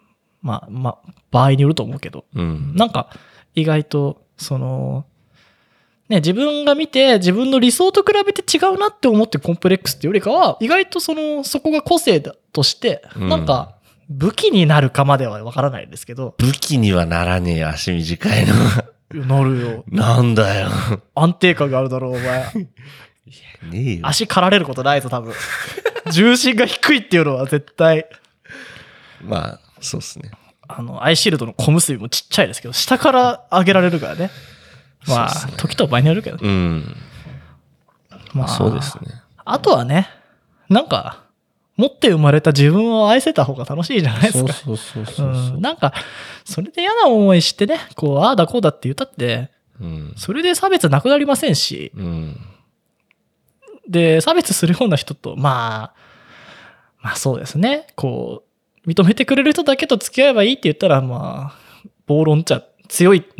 まあまあ場合によると思うけど、 うん、 なんか意外とそのね、自分が見て自分の理想と比べて違うなって思ってコンプレックスっていうよりかは、意外とそのそこが個性だとして、うん、なんか武器になるかまではわからないですけど、 武器にはならねえよ、足短いの。 なるよ。 なんだよ。 安定感があるだろうお前。いやねえよ。 足刈られることないぞ多分。重心が低いっていうのは絶対。 まあそうですね。 あのアイシールドの小結びもちっちゃいですけど、下から上げられるからね。まあ、ね、時と場合によるけど、 うん、まあそうですね。 あとはね、なんか持って生まれた自分を愛せた方が楽しいじゃないですか。 そうそうそうそう、うん、 なんかそれで嫌な思いしてね、こうああだこうだって言ったって、うん、それで差別なくなりませんし、うん、で差別するような人とまあまあそうですね、こう認めてくれる人だけと付き合えばいいって言ったらまあ暴論っちゃ強い、うん、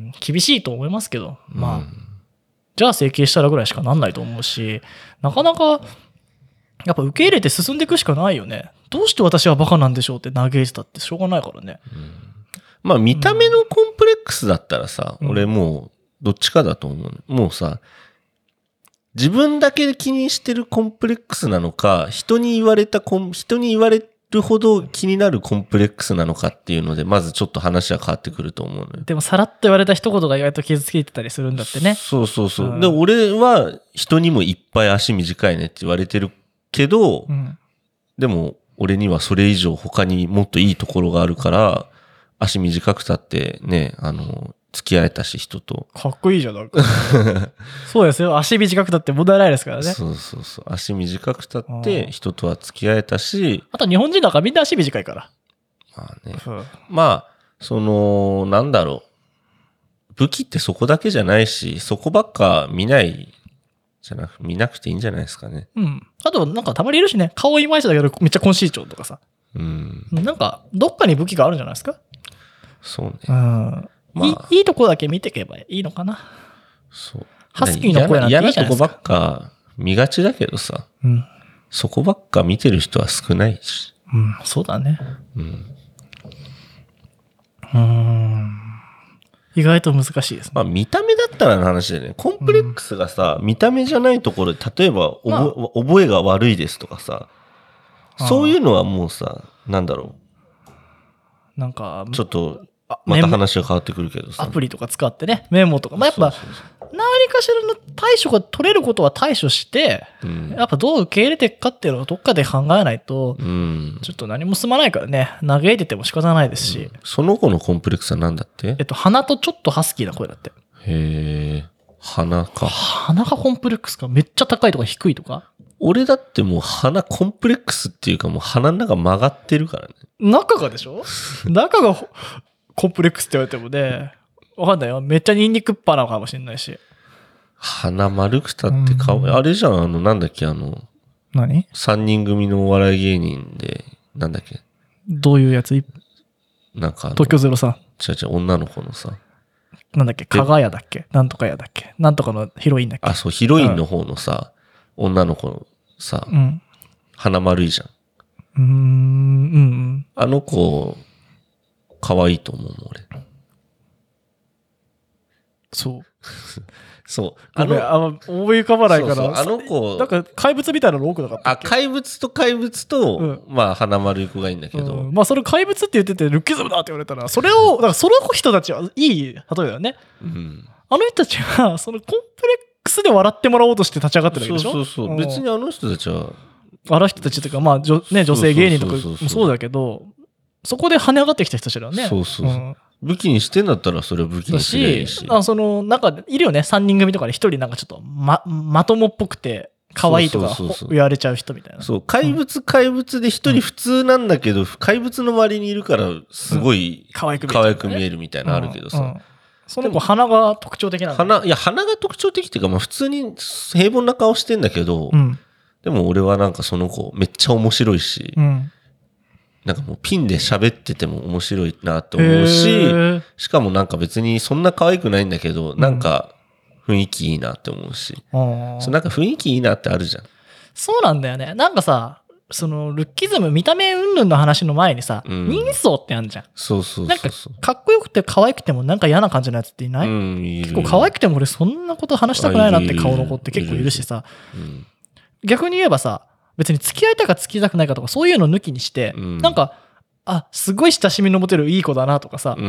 厳しいと思いますけど、まあ、うん、じゃあ整形したらぐらいしかなんないと思うし、なかなかやっぱ受け入れて進んでいくしかないよね。どうして私はバカなんでしょうって嘆いてたってしょうがないからね。 うん、まあ見た目のコンプレックスだったらさ、うん、俺もうどっちかだと思う。もうさ、自分だけ気にしてるコンプレックスなのか、人に言われたコン、人に言われるほど気になるコンプレックスなのかっていうので、まずちょっと話は変わってくると思うのよ。 でもさらっと言われた一言が意外と傷ついてたりするんだってね。 そうそうそう。うん、で、俺は人にもいっぱい足短いねって言われてるけど、うん、でも俺にはそれ以上他にもっといいところがあるから、足短くたってね、あの、付き合えたし人と。 かっこいいじゃん、なんか。そうですよ。足短くたって問題ないですからね。 そうそうそう。足短くたって人とは付き合えたし。 あと日本人なんかみんな足短いから。 まあね。うん、まあ、その、なんだろう。武器ってそこだけじゃないし、そこばっか見ないじゃなく、見なくていいんじゃないですかね。 うん。あとなんかたまにいるしね、顔いまいちだけどめっちゃコンシーチョンとかさ。 うん。 なんか、どっかに武器があるんじゃないですか。 そうね。 うん。まあ、いい、いいとこだけ見ていけばいいのかな。 そう。 ハスキーの声なんていいじゃないですか。 嫌なとこばっか見がちだけどさ、うん、そこばっか見てる人は少ないし。 うん、そうだね。 うん。 うーん。意外と難しいですね。 まあ見た目だったらの話でね、コンプレックスがさ、うん、見た目じゃないところで、例えばおぼ、まあ、覚えが悪いですとかさ、そういうのはもうさ、なんだろう。なんか、 ちょっと、また話が変わってくるけどさ。 アプリとか使ってね、メモとか。まあ、やっぱ、そうそうそう、何かしらの対処が取れることは対処して、うん、やっぱどう受け入れていくかっていうのをどっかで考えないと、うん、ちょっと何も進まないからね、嘆いてても仕方ないですし。うん、 その子のコンプレックスは何だって？ えっと、鼻とちょっとハスキーな声だって。 へー、鼻か。 鼻がコンプレックスか。めっちゃ高いとか低いとか。 俺だってもう鼻コンプレックスっていうかもう鼻の中曲がってるからね。 中がでしょ中がコンプレックスって言われてもね、わかんないよ。めっちゃニンニクっぱなのかもしれないし。 鼻丸くたって顔、うん、あれじゃん、あの、なんだっけ、あの、 何 ? さん 人組のお笑い芸人で、なんだっけ。 どういうやつ？ なんか、 東京ゼロさん。 違う違う、女の子のさ。 なんだっけ、加賀屋だっけ、なんとか屋だっけ、なんとかのヒロインだっけ。 あ、そう、ヒロインの方のさ、うん、女の子のさ、うん、鼻丸いじゃん。 うーん、うん。 あの子、可愛いと思うもん、俺。 そう。 そう。 あの、あ思い浮かばないから。そうそう、 あの子。 なんか怪物みたいなの多くなかったっけ？あ、怪物と怪物と、うん、まあ、花丸い子がいいんだけど。 うん、まあ、それ怪物って言ってて、ルッキズムだって言われたら、それを、だからその人たちはいい例えだよね。うん。あの人たちは、そのコンプレックスで笑ってもらおうとして立ち上がってるわけでしょ？ そうそうそう。うん、別にあの人たちは。 あの人たちというか、まあ、女、ね、女性芸人とかもそうだけど、そこで跳ね上がってきた人たちだよね。 そうそうそう。うん武器にしてんだったらそれは武器にすればいいし。 あ、その、なんか、いるよね。さんにん組とかでひとりなんかちょっと、ま、まともっぽくて、可愛いとか言われちゃう人みたいな。 そう、怪物怪物でひとり普通なんだけど、うん、怪物の周りにいるから、すごい、可愛く見えるみたいなのあるけどさ。うんうん、 その子、鼻が特徴的なんだ、 ね。鼻、いや、鼻が特徴的っていうか、まあ普通に平凡な顔してんだけど、うん、でも俺はなんかその子、めっちゃ面白いし、うんなんかもうピンで喋ってても面白いなと思うし、しかもなんか別にそんな可愛くないんだけど、なんか雰囲気いいなって思うし、うん、そうなんか雰囲気いいなってあるじゃん。 そうなんだよね。なんかさ、 そのルッキズム見た目云々の話の前にさ、うん、人相ってあるじゃん。 そうそうそうそう。 なんかかっこよくて可愛くてもなんか嫌な感じのやつっていない？うん、いる。結構可愛くても俺そんなこと話したくないなって顔の子って結構いるしさ、うん、逆に言えばさ、別に付き合いたいか付き合いたくないかとかそういうの抜きにして、うん、なんかあすごい親しみの持てるいい子だなとかさ、うん、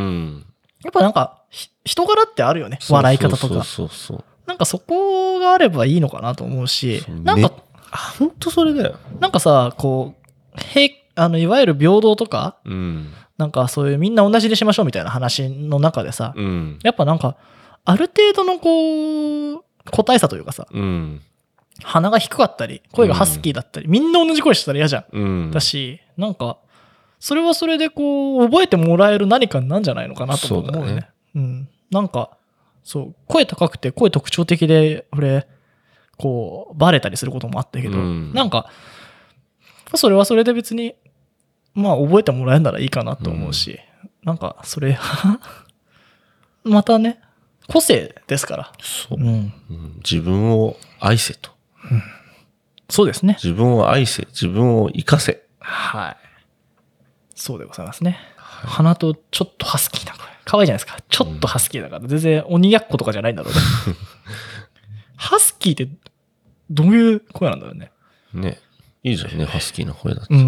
やっぱなんか人柄ってあるよね。笑い方とか。そうそうそう。なんかそこがあればいいのかなと思うし、なんか本当それだよ。 なんかさ、こう、へあのいわゆる平等とか、うん、なんかそういうみんな同じにしましょうみたいな話の中でさ、うん、やっぱなんかある程度のこう個体差というかさ、うん、鼻が低かったり声がハスキーだったり、うん、みんな同じ声してたら嫌じゃん。うん、だし、なんかそれはそれでこう覚えてもらえる何かなんじゃないのかなと思うよね。そうだね。うん、なんかそう声高くて声特徴的で俺こうバレたりすることもあったけど、うん、なんかそれはそれで別にまあ覚えてもらえるならいいかなと思うし、うん、なんかそれまたね個性ですから。 そう、うんうん、自分を愛せと、 うん、そうですね。 自分を愛せ、自分を生かせ。 はい、そうでございますね。はい、鼻とちょっとハスキーな声可愛いじゃないですか。ちょっとハスキーだから、うん、全然鬼やっことかじゃないんだろうね。ハスキーってどういう声なんだろうね。 ね、いいじゃんね、ハスキーな声だって。 うん。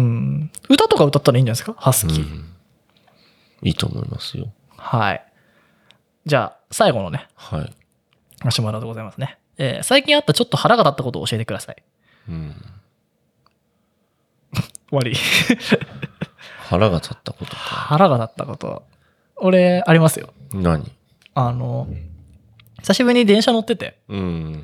歌とか歌ったらいいんじゃないですか、ハスキー。うん、 いいと思いますよ。 はい。じゃあ、最後のね。 はい。 マシュマロでございますね。えー、最近あったちょっと腹が立ったことを教えてください。うん。終わり。 腹が立ったことか。 腹が立ったこと。俺、ありますよ。 何？ あの、久しぶりに電車乗ってて、うん、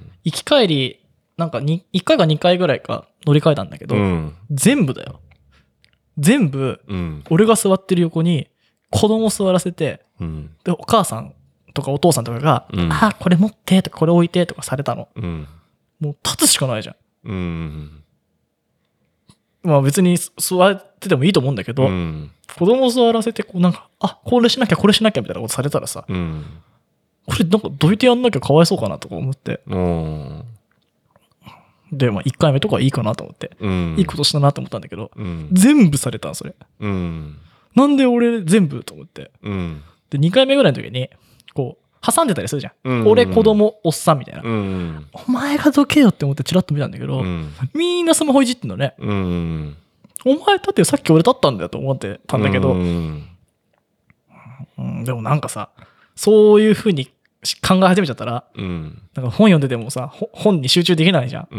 行き帰り、なんかにいっかいかにかいぐらいか乗り換えたんだけど、うん、全部だよ。全部、うん、俺が座ってる横に子供座らせて、うん、で、お母さんとかお父さんとかが、うん、ああ、これ持ってとかこれ置いてとかされたの。うん、もう立つしかないじゃん。うん、まあ別に座っててもいいと思うんだけど、うん、子供座らせて、こうなんか、あ、これしなきゃこれしなきゃみたいなことされたらさ、うん、これなんかどいてやんなきゃかわいそうかなとか思って。うん、で、まあいっかいめとかはいいかなと思って、うん、いいことしたなと思ったんだけど、うん、全部されたんそれ、うん。なんで俺全部と思って。うん、で、にかいめぐらいの時に、こう、挟んでたりするじゃん。うんうん、俺、子供、おっさんみたいな、うんうん。お前がどけよって思ってチラッと見たんだけど、うん、みんなスマホいじってんのね。うん、お前だってさっき俺立ったんだよと思ってたんだけど、うんうん、でもなんかさ、そういう風に考え始めちゃったら、うん、なんか本読んでてもさ、本に集中できないじゃん。うん、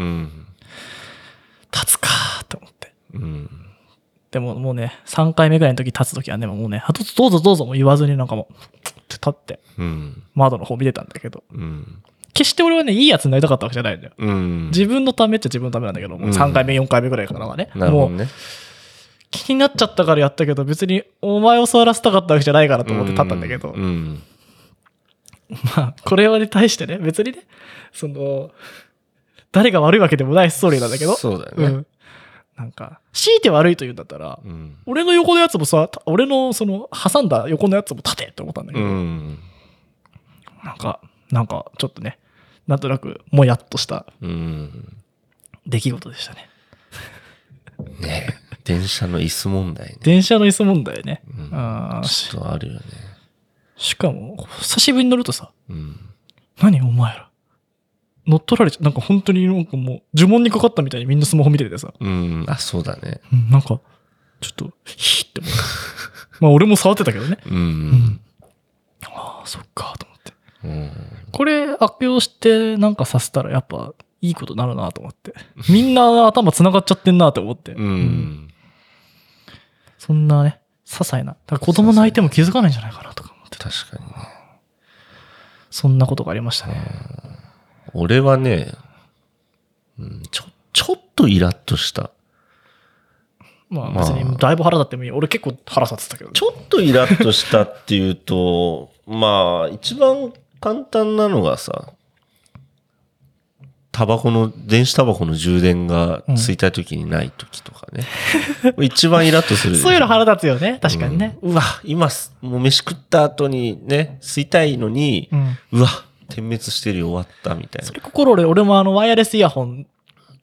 立つかーって思って。うん、でももうね、さんかいめぐらいの時立つ時はね、もうね、あとどうぞどうぞも言わずになんかもう、って立って、うん、窓の方見てたんだけど、うん、決して俺はね、いいやつになりたかったわけじゃないんだよ。うん、自分のためっちゃ自分のためなんだけど、もうさんかいめ、よんかいめぐらいからはね、 なるほどね、 もう気になっちゃったからやったけど、別にお前を座らせたかったわけじゃないからと思って立ったんだけど、うんうん、まあ、これに対してね、別にね、その、誰が悪いわけでもないストーリーなんだけど、 そうだよね。うん、 なんか、強いて悪いと言うんだったら、うん、俺の横のやつもさ、俺のその、挟んだ横のやつも立てって思ったんだけど、うん、なんか、なんか、ちょっとね、なんとなく、もやっとした、出来事でしたね。 ねえ、電車の椅子問題ね。 電車の椅子問題ね。 うん、あちょっとあるよね。 しかも、久しぶりに乗るとさ、うん、何お前ら。乗っ取られちゃう。なんか本当になんかもう呪文にかかったみたいにみんなスマホ見ててさ。 うん、あ、そうだね。 うん、なんか、ちょっと、ヒーって思った。まあ俺も触ってたけどね。うん。うん、ああ、そっか、と思って。うん、これ悪用してなんかさせたらやっぱいいことになるなと思って。みんな頭繋がっちゃってんなと思って。うん。うん、そんなね、些細な。だから子供泣いても気づかないんじゃないかなとか思って。 確かにね。 そんなことがありましたね。 俺はね、ちょ、ちょっとイラッとした。 まあ別にだいぶ腹立ってもいい。俺結構腹立ってたけど、ね。 ちょっとイラッとしたっていうと、まあ一番簡単なのがさ、タバコの、電子タバコの充電がついた時にない時とかね。うん、一番イラッとする。 そういうの腹立つよね。確かにね。 うん、うわ、今、もう飯食った後にね、吸いたいのに、うん、うわ、点滅してるよ終わったみたいな。 それ心折れ、俺もあのワイヤレスイヤホン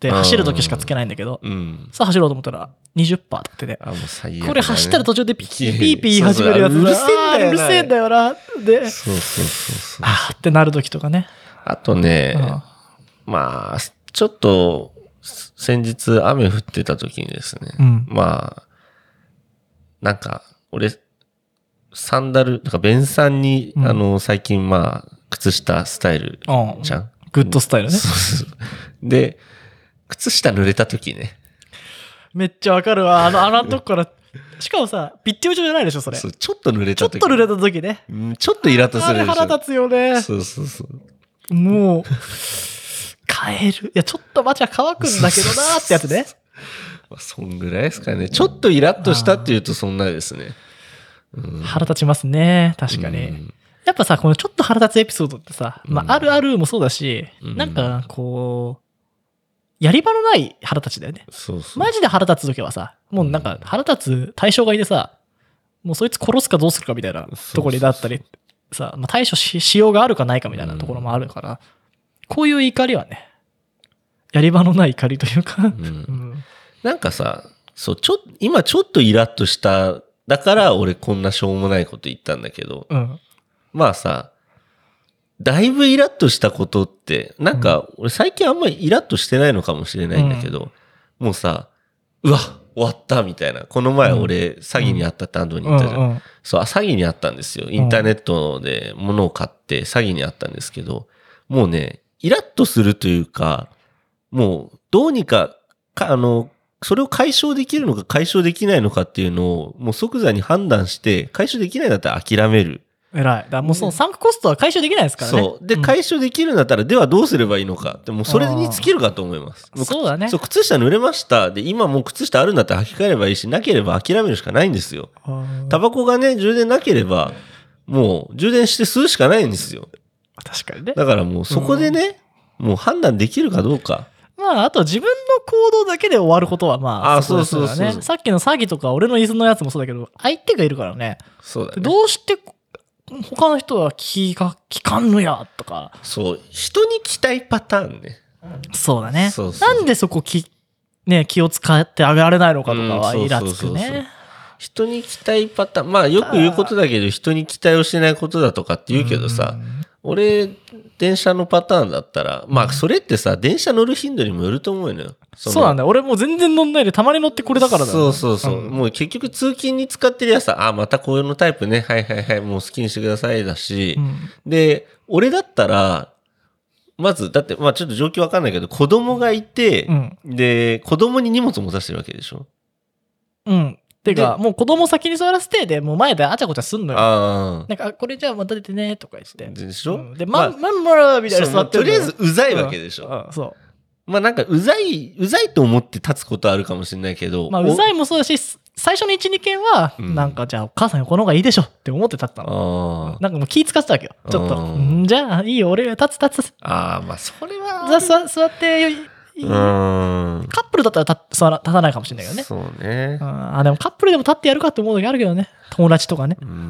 で走る時しかつけないんだけど、うん、さあ走ろうと思ったら にじゅっパーセント ってて、あもう最悪だね、これ走ったら途中でピーピーピー言い始めるやつだ、うるせえんだよ、うるせえんだよなで、そうそうそうそう、あーってなる時とかね。 あとね、うん、まあちょっと先日雨降ってた時にですね、うん、まあなんか俺サンダルなんかベンさんに、うん、あの最近まあ靴下スタイルじゃん、 グッドスタイルね。 そうそうで靴下濡れた時ね、 めっちゃわかるわ、あのあのとこからしかもさピッチューチョじゃないでしょそれ。そうちょっと濡れた時、 ちょっと濡れた時ね、 うん、ちょっとイラッとするでしょ。 あれ腹立つよね。 そうそうそうもう変える、いやちょっと待ちは乾くんだけどなーってやつね。 そんぐらいですかね。ちょっとイラッとしたっていうとそんなですね、 うん、腹立ちますね確かに、うん、やっぱさこのちょっと腹立つエピソードってさ、まあ、あるあるもそうだし、うん、なんかこうやり場のない腹立ちだよね。そうそうマジで腹立つ時はさもうなんか腹立つ対象がいてさもうそいつ殺すかどうするかみたいなところだったりさ、まあ、対処 し, しようがあるかないかみたいなところもあるから、うん、こういう怒りはねやり場のない怒りというか、うんうんなんかさ、そう、ちょ、今ちょっとイラッとした、だから俺こんなしょうもないこと言ったんだけど、うん、まあさ、だいぶイラッとしたことって、なんか俺最近あんまりイラッとしてないのかもしれないんだけど、うん、もうさ、うわ、終わったみたいな。この前俺詐欺にあったって安藤に言ったじゃん。うんうん、そう、詐欺にあったんですよ。インターネットで物を買って詐欺にあったんですけど、もうね、イラッとするというか、もうどうにか、か、あの、それを解消できるのか解消できないのかっていうのをもう即座に判断して解消できないんだったら諦める。 偉い。だからもうそのサンクコストは解消できないですからね。 そう。で、うん、解消できるんだったらではどうすればいいのか。でもそれに尽きるかと思います。 そうだね。 そう、靴下濡れました。で、今もう靴下あるんだったら履き替えればいいし、なければ諦めるしかないんですよ。タバコがね、充電なければもう充電して吸うしかないんですよ。 確かにね。 だからもうそこでね、うん、もう判断できるかどうか。 まあ、あと自分の行動だけで終わることはまあ、あ、そうそうそうそう。さっきの詐欺とか俺の椅子のやつもそうだけど、相手がいるからね。 そうだね。 どうして他の人は気が利かんのやとか。 そう、人に期待パターンね。 そうだね。そうそうなんでそこき、ね、気を使ってあげられないのかとかはイラつくね。そうそうそうそう、 人に期待パターン、まあよく言うことだけど、人に期待をしないことだとかって言うけどさ、俺、電車のパターンだったら、まあそれってさ、電車乗る頻度にもよると思うのよ。 そ, そうなんだよ。俺もう全然乗んないで、たまに乗ってこれだからだよ、 ね。そうそうそう。うん、もう結局通勤に使ってるやつは、あ、またこういうのタイプね。はいはいはい。もう好きにしてくださいだし。うん、で、俺だったら、まず、だって、まあちょっと状況わかんないけど、子供がいて、うん、で、子供に荷物持たせてるわけでしょ。 うん。てか、もう子供先に座らせて、で、もう前であちゃこちゃすんのよ。あなんか、これじゃあまた出てね、とか言って。 でしょ、うん、 で、ま、まんまらみたいな座ってる、 とりあえずうざいわけでしょ。 うんうん、そう。 まあなんか、うざい、うざいと思って立つことあるかもしれないけど。 まあ、うざいもそうだし、最初のいち、にけんは、なんか、じゃあお母さん横の方がいいでしょって思って立ったの。なんかもう気使ってたわけよ。ちょっと。んじゃあ、いいよ、俺が立つ立つ。 ああ、まあそれは。 じゃあ座って、うん、カップルだったら立立たないかもしれないけどね。 そうね。 あでもカップルでも立ってやるかって思う時あるけどね。友達とかね。うん、うん、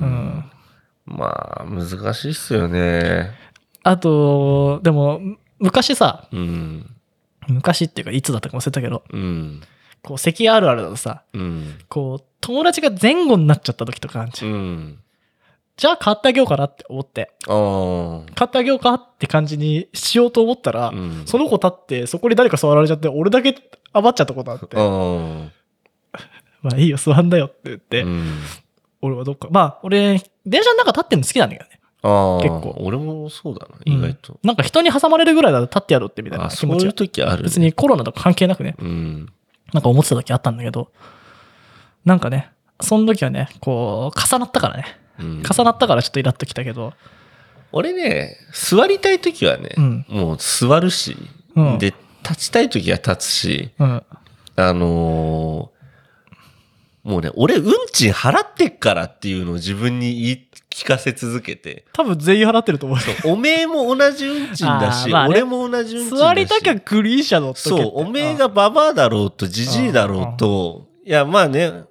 まあ難しいっすよね。 あとでも昔さ、うん、昔っていうかいつだったか忘れたけど、うん、こう席あるあるだとさ、うん、こう友達が前後になっちゃった時とかあるじゃん。うんじゃあ買ってあげようかなって思って。買ってあげようかって感じにしようと思ったら、うん、その子立ってそこに誰か座られちゃって俺だけ余っちゃったことあって。まあいいよ座んだよって言って、うん、俺はどっか、まあ俺電車の中立ってるの好きなんだけどね。 あ結構。俺もそうだな、意外と、 うん。なんか人に挟まれるぐらいだと立ってやろうってみたいな気持ちが。 そういう時ある、ね。 別にコロナとか関係なくね。うん、なんか思ってた時あったんだけど、なんかね、その時はね、こう重なったからね。うん、重なったからちょっとイラッときたけど俺ね座りたい時はね、うん、もう座るし、うん、で立ちたい時は立つし、うん、あのー、もうね俺運賃払ってっからっていうのを自分に言い聞かせ続けて多分全員払ってると思うよおめえも同じ運賃だし、まあね、俺も同じ運賃だし座りたきゃグリーン車乗っとけってそうおめえがババアだろうとジジイだろうといやまあね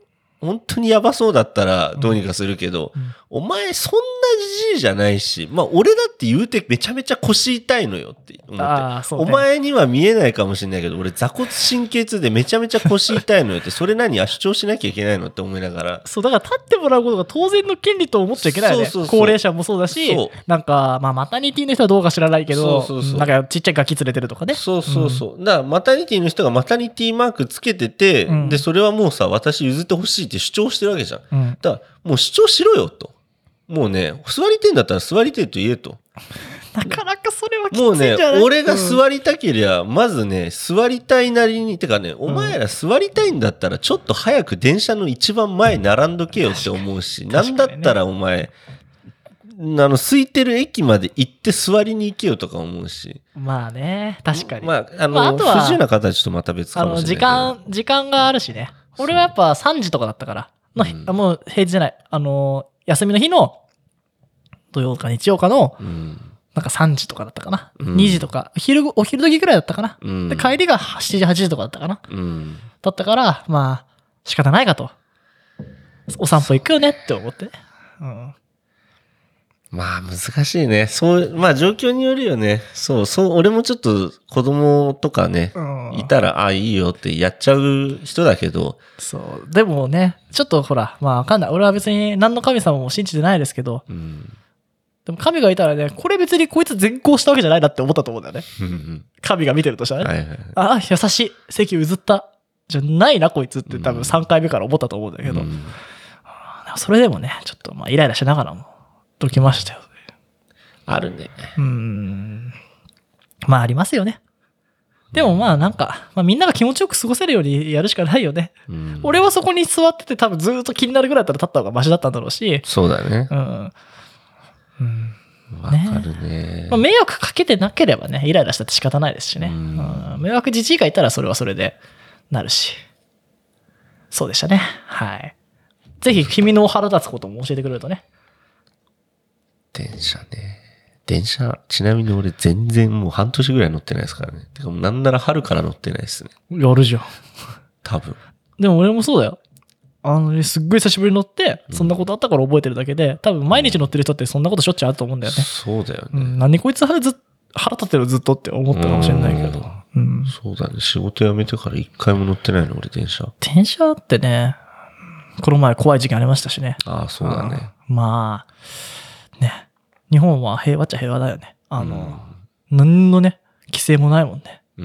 本当にやばそうだったらどうにかするけど、うんうん、お前そんなじじいじゃないし、まあ俺だって言うてめちゃめちゃ腰痛いのよって思って、あ、そうね、お前には見えないかもしれないけど、俺座骨神経痛でめちゃめちゃ腰痛いのよって、それ何主張しなきゃいけないのって思いながら。 そう、だから立ってもらうことが当然の権利と思っちゃいけないよね。そうそうそう、高齢者もそうだし、なんか、まあマタニティの人はどうか知らないけど、そうそうそう、なんかちっちゃいガキ連れてるとかね。 そうそうそう。うん、だからマタニティの人がマタニティマークつけてて、うん、で、それはもうさ、私譲ってほしいって主張してるわけじゃん。うん、だからもう主張しろよと。もうね、座りてんだったら座りてんと言えと。 なかなかそれはきついんじゃない？ もうね、俺が座りたけりゃ、まずね、座りたいなりに、てかね、お前ら座りたいんだったら、ちょっと早く電車の一番前に並んどけよって思うし、なんだったらお前、あの、空いてる駅まで行って座りに行けよとか思うし。 まあね、確かに。 まあ、あの、まあ、あとは不自由な方はちょっとまた別かもしれないけど。 あの、時間、時間があるしね。俺はやっぱさんじとかだったから、の、うん、もう平日じゃない、あの、休みの日の土曜か日曜かの、うん、なんかさんじとかだったかな、うん、にじとか昼お昼時ぐらいだったかな、うん、で帰りがしちじはちじとかだったかな、うん、だったからまあ仕方ないかと、お散歩行くよねって思ってね、うん、 まあ難しいね。そう、まあ状況によるよね。そう、そう、俺もちょっと子供とかね、うん、いたら、ああ、いいよってやっちゃう人だけど。 そう、でもね、ちょっとほら、まあわかんない。俺は別に何の神様も信じてないですけど、うん、でも神がいたらね、これ別にこいつ善行したわけじゃないなって思ったと思うんだよね。神が見てるとしたらね。はいはいはい、ああ、優しい。席譲った。じゃないな、こいつって多分さんかいめから思ったと思うんだけど、うん、それでもね、ちょっとまあイライラしながらも、ときましたよね。 あるね。 うーん。まあありますよね。でもまあなんか、まあ、みんなが気持ちよく過ごせるようにやるしかないよね。うん、俺はそこに座ってて多分ずっと気になるぐらいだったら立った方がマシだったんだろうし。 そうだね。 うん。うん。 わかるね。 まあ、迷惑かけてなければね、イライラしたって仕方ないですしね。うんうん、迷惑じじいがいたらそれはそれでなるし。そうでしたね。はい。ぜひ君の腹立つことも教えてくれるとね。 電車ね。電車、ちなみに俺全然もう半年ぐらい乗ってないですからね。てかもうなんなら春から乗ってないですね。 やるじゃん。 多分。 でも俺もそうだよ。あの、すっごい久しぶりに乗って、そんなことあったから覚えてるだけで、多分毎日乗ってる人ってそんなことしょっちゅうあると思うんだよね。 そうだよね。 うん、何こいつ腹ず腹立ってるずっとって思ったかもしれないけど。 うん、そうだね。仕事辞めてから一回も乗ってないの、俺電車。 電車ってね、この前怖い事件ありましたしね。 ああ、そうだね。 まあ、ね。日本は平和っちゃ平和だよね。あの、うん、何のね、規制もないもんね。うん、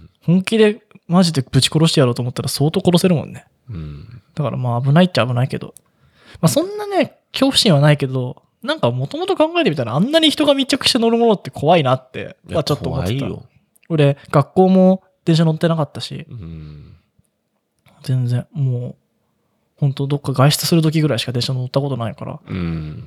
本気でマジでぶち殺してやろうと思ったら相当殺せるもんね。うん、だからまあ危ないっちゃ危ないけど。まあそんなね、恐怖心はないけど、なんかもともと考えてみたらあんなに人が密着して乗るものって怖いなって、まあちょっと思ってた。怖いよ。俺、学校も電車乗ってなかったし、うん、全然もう、本当どっか外出する時ぐらいしか電車乗ったことないから。うん、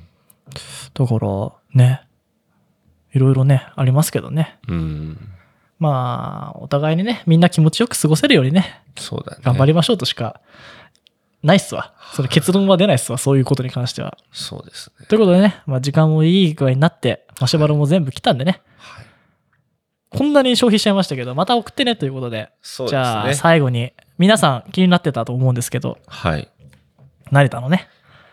だからね、いろいろね、ありますけどね。うん、まあ、お互いにね、みんな気持ちよく過ごせるようにね、 そうだね、 頑張りましょうとしかないっすわ。その結論は出ないっすわ、そういうことに関しては。 そうですね。 ということでね、まあ時間もいい具合になって、マシュマロも全部来たんでね。はい、こんなに消費しちゃいましたけど、また送ってねということで。そうですね。じゃあ最後に、皆さん気になってたと思うんですけど。はい。成田のね。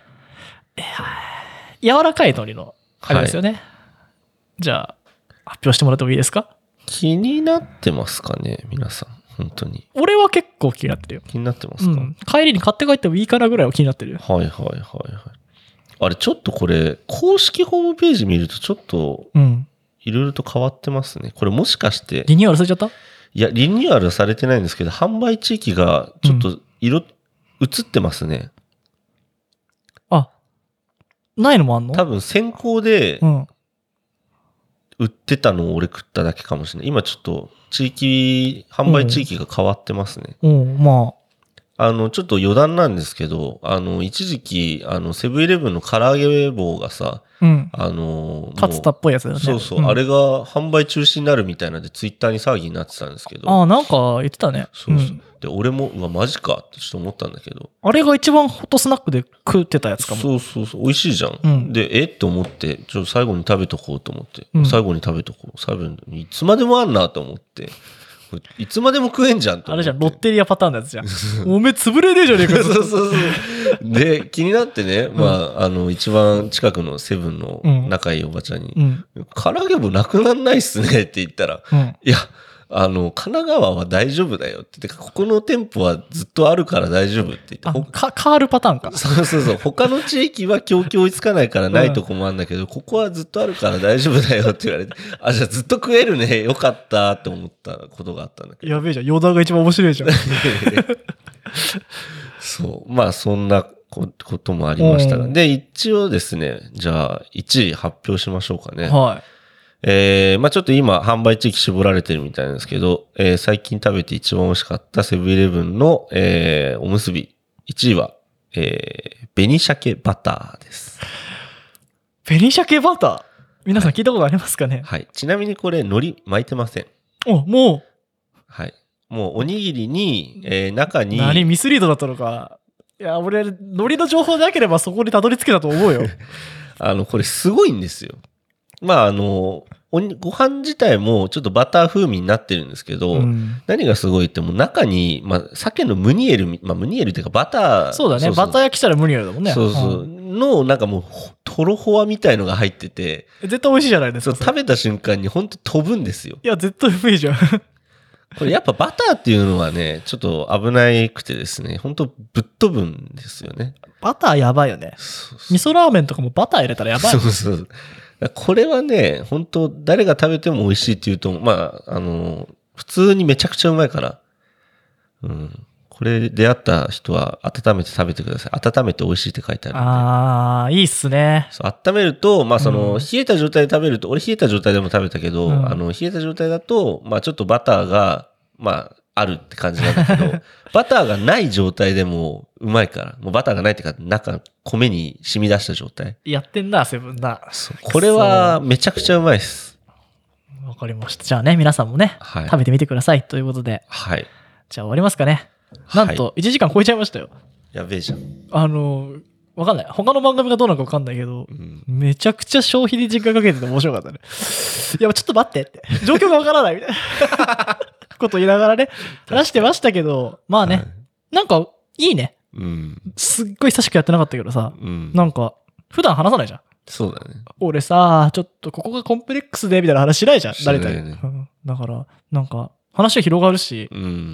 柔らかい海苔の、あれですよね。はい、じゃあ、発表してもらってもいいですか？ 気になってますかね、皆さん。本当に。 俺は結構気になってるよ。 気になってますか？うん、 帰りに買って帰ってもいいかなぐらいは気になってるよ。 はいはいはいはい。あれ、ちょっとこれ、公式ホームページ見るとちょっと、いろいろと変わってますね。これもしかして。 リニューアルされちゃった？ いや、リニューアルされてないんですけど、販売地域がちょっと色、うん、映ってますね。 あ、ないのもあんの？ 多分先行で、うん売ってたのを俺食っただけかもしれない。今ちょっと地域、販売地域が変わってますね。 うん、まあ。あの、ちょっと余談なんですけど、あの、一時期、あの、セブンイレブンの唐揚げ棒がさ、うん、あの、 パツタっぽいやつだよね。 そうそう、うん、あれが販売中止になるみたいなんで、ツイッターに騒ぎになってたんですけど。 ああ、なんか言ってたね。 そうそう。うん、で、俺も、うわ、マジかってちょっと思ったんだけど。 あれが一番ホットスナックで食ってたやつかも。 そうそうそう、美味しいじゃん。うん、で、えって思って、ちょっと最後に食べとこうと思って、うん、最後に食べとこう。最後に、いつまでもあんなと思って、 いつまでも食えんじゃんと。 あれじゃん、ロッテリアパターンのやつじゃん。おめえ潰れねえじゃねえか。 そうそうそう。で、気になってね、うん、まあ、あの、一番近くのセブンの仲いいおばちゃんに、うん、唐揚げもなくなんないっすねって言ったら、うん、いや、あの、神奈川は大丈夫だよって。てか、ここの店舗はずっとあるから大丈夫って言って。 か、変わるパターンか。 そうそうそう。他の地域は供給追いつかないからないとこもあるんだけど、うん、ここはずっとあるから大丈夫だよって言われて、あ、じゃあずっと食えるね。よかったって思ったことがあったんだけど。 やべえじゃん。ヨダが一番面白いじゃん。 そう。まあ、そんなこともありましたが。で、一応ですね、じゃあ、いちい発表しましょうかね。はい。えー、まあちょっと今販売地域絞られてるみたいなんですけど、えー、最近食べて一番美味しかったセブンイレブンの、えー、おむすび。いちいは、えー、紅鮭バターです。 紅鮭バター皆さん聞いたことありますかね？ はい。はい、ちなみにこれ海苔巻いてません。 お、もうはい。もうおにぎりに、えー、中に。 何ミスリードだったのか。いや、俺、海苔の情報なければそこにたどり着けたと思うよ。 あの、これすごいんですよ。まああの、ご飯自体もちょっとバター風味になってるんですけど、うん、何がすごいってもう中に、まあ、鮭のムニエル、まあ、ムニエルっていうかバター。 そうだね。そうそうバター焼きしたらムニエルだもんね。 そうそう。うん、の、なんかもう、トロホワみたいのが入ってて。 絶対美味しいじゃないですか。 そう、食べた瞬間に本当飛ぶんですよ。 いや、絶対うまいじゃん。 これやっぱバターっていうのはね、ちょっと危なくてですね、本当ぶっ飛ぶんですよね。 バターやばいよね。そうそう味噌ラーメンとかもバター入れたらやばい。 そうそう。これはね、本当誰が食べても美味しいっていうと、まあ、あの、普通にめちゃくちゃうまいから、うん。これ出会った人は温めて食べてください。温めて美味しいって書いてあるんで。 ああ、いいっすね。 そう、温めると、まあその、うん、冷えた状態で食べると、俺冷えた状態でも食べたけど、うん、あの、冷えた状態だと、まあちょっとバターが、まあ、あるって感じなんだけど、バターがない状態でもうまいから、もうバターがないっていうか、中、米に染み出した状態。 やってんだ、セブンだ。 これはめちゃくちゃうまいです。 わかりました。じゃあね、皆さんもね、はい、食べてみてくださいということで。 はい。 じゃあ終わりますかね。なんと、いちじかん超えちゃいましたよ。 やべえじゃん。 あの、わかんない。他の番組がどうなのかわかんないけど、うん、めちゃくちゃ消費に時間かけてて面白かったね。いや、ちょっと待ってって。状況がわからないみたいな。こと言いながらね、話してましたけど、まあね、はい、なんか、いいね。うん。すっごい久しくやってなかったけどさ、うん、なんか、普段話さないじゃん。 そうだね。 俺さ、ちょっとここがコンプレックスで、みたいな話しないじゃん。誰かに、ねうん。だから、なんか、話が広がるし、うん、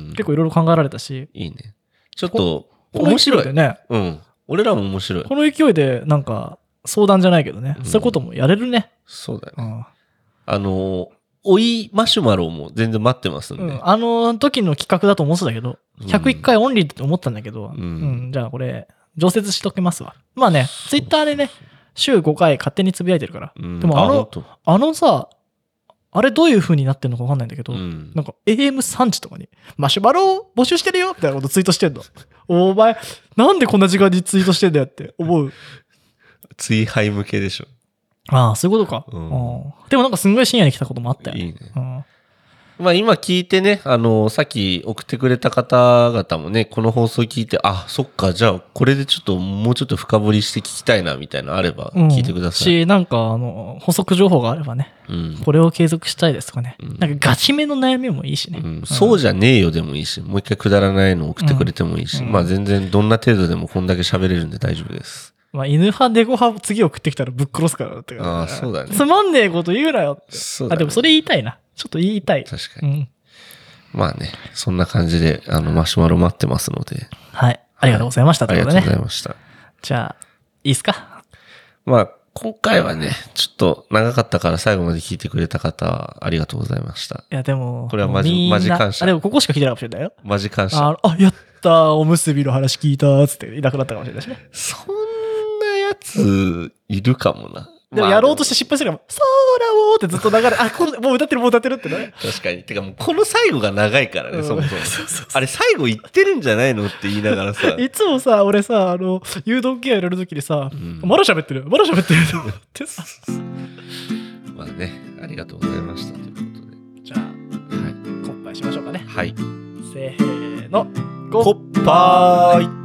結構いろいろ考えられたし。 いいね。ちょっと、面白い。ね。うん。俺らも面白い。 この勢いで、なんか、相談じゃないけどね、うん、そういうこともやれるね。 そうだよね。うん、あのー、追いマシュマロも全然待ってますんで。 うん、あの時の企画だと思ってたけど、ひゃくいっかいオンリーって思ったんだけど、うんうん、じゃあこれ、常設しときますわ。まあね、ツイッターでね、週ごかい勝手につぶやいてるから。うん、でもあの、あ, あのさ、あれどういう風になってるのかわかんないんだけど、うん、なんか エーエムさん 時とかに、マシュマロ募集してるよみたいなことツイートしてんの。お前、なんでこんな時間にツイートしてんだよって思う。 追廃向けでしょ。 ああ、そういうことか、うん。でもなんかすんごい深夜に来たこともあったよ。 いいね。うん、まあ今聞いてね、あの、さっき送ってくれた方々もね、この放送聞いて、あ、そっか、じゃあこれでちょっともうちょっと深掘りして聞きたいなみたいなのあれば聞いてください。 うん、し、なんかあの、補足情報があればね、うん、これを継続したいですとかね、うん、なんかガチめの悩みもいいしね、 うんうん。そうじゃねえよでもいいし、もう一回くだらないの送ってくれてもいいし、うん、まあ全然どんな程度でもこんだけ喋れるんで大丈夫です。 まあ、犬派、猫派、次送ってきたらぶっ殺すからだってから、ね。 ああ、そうだね。 つまんねえこと言うなよって。そうだね。あ、でもそれ言いたいな。ちょっと言いたい。 確かに。うん、まあね、そんな感じで、あの、マシュマロ待ってますので。 はい。ありがとうございました。 はい、ありがとうございました。 じゃあ、いいっすか？ まあ、今回はね、ちょっと長かったから最後まで聞いてくれた方、ありがとうございました。 いや、でも、 これはマジ、マジ感謝。 あ、でもここしか聞いてないかもしれないよ。 マジ感謝。 あ、あやったー、おむすびの話聞いたーつっていなくなったかもしれないしね。 そんなやつ、いるかもな。 でもやろうとして失敗するかも。そうだおーってずっと流れ、あ、これ、もう歌ってるもう歌ってるってね。 確かに。てかもうこの最後が長いからね、うん、そもそも。そうそうそうあれ最後言ってるんじゃないのって言いながらさ。 いつもさ、俺さ、あの、誘導ケアやられるときにさ、うん、まだ喋ってるまだ喋ってると思ってさ。 まあね、ありがとうございましたということで。 じゃあ、はい。乾杯しましょうかね。 はい。 せーの。 乾杯。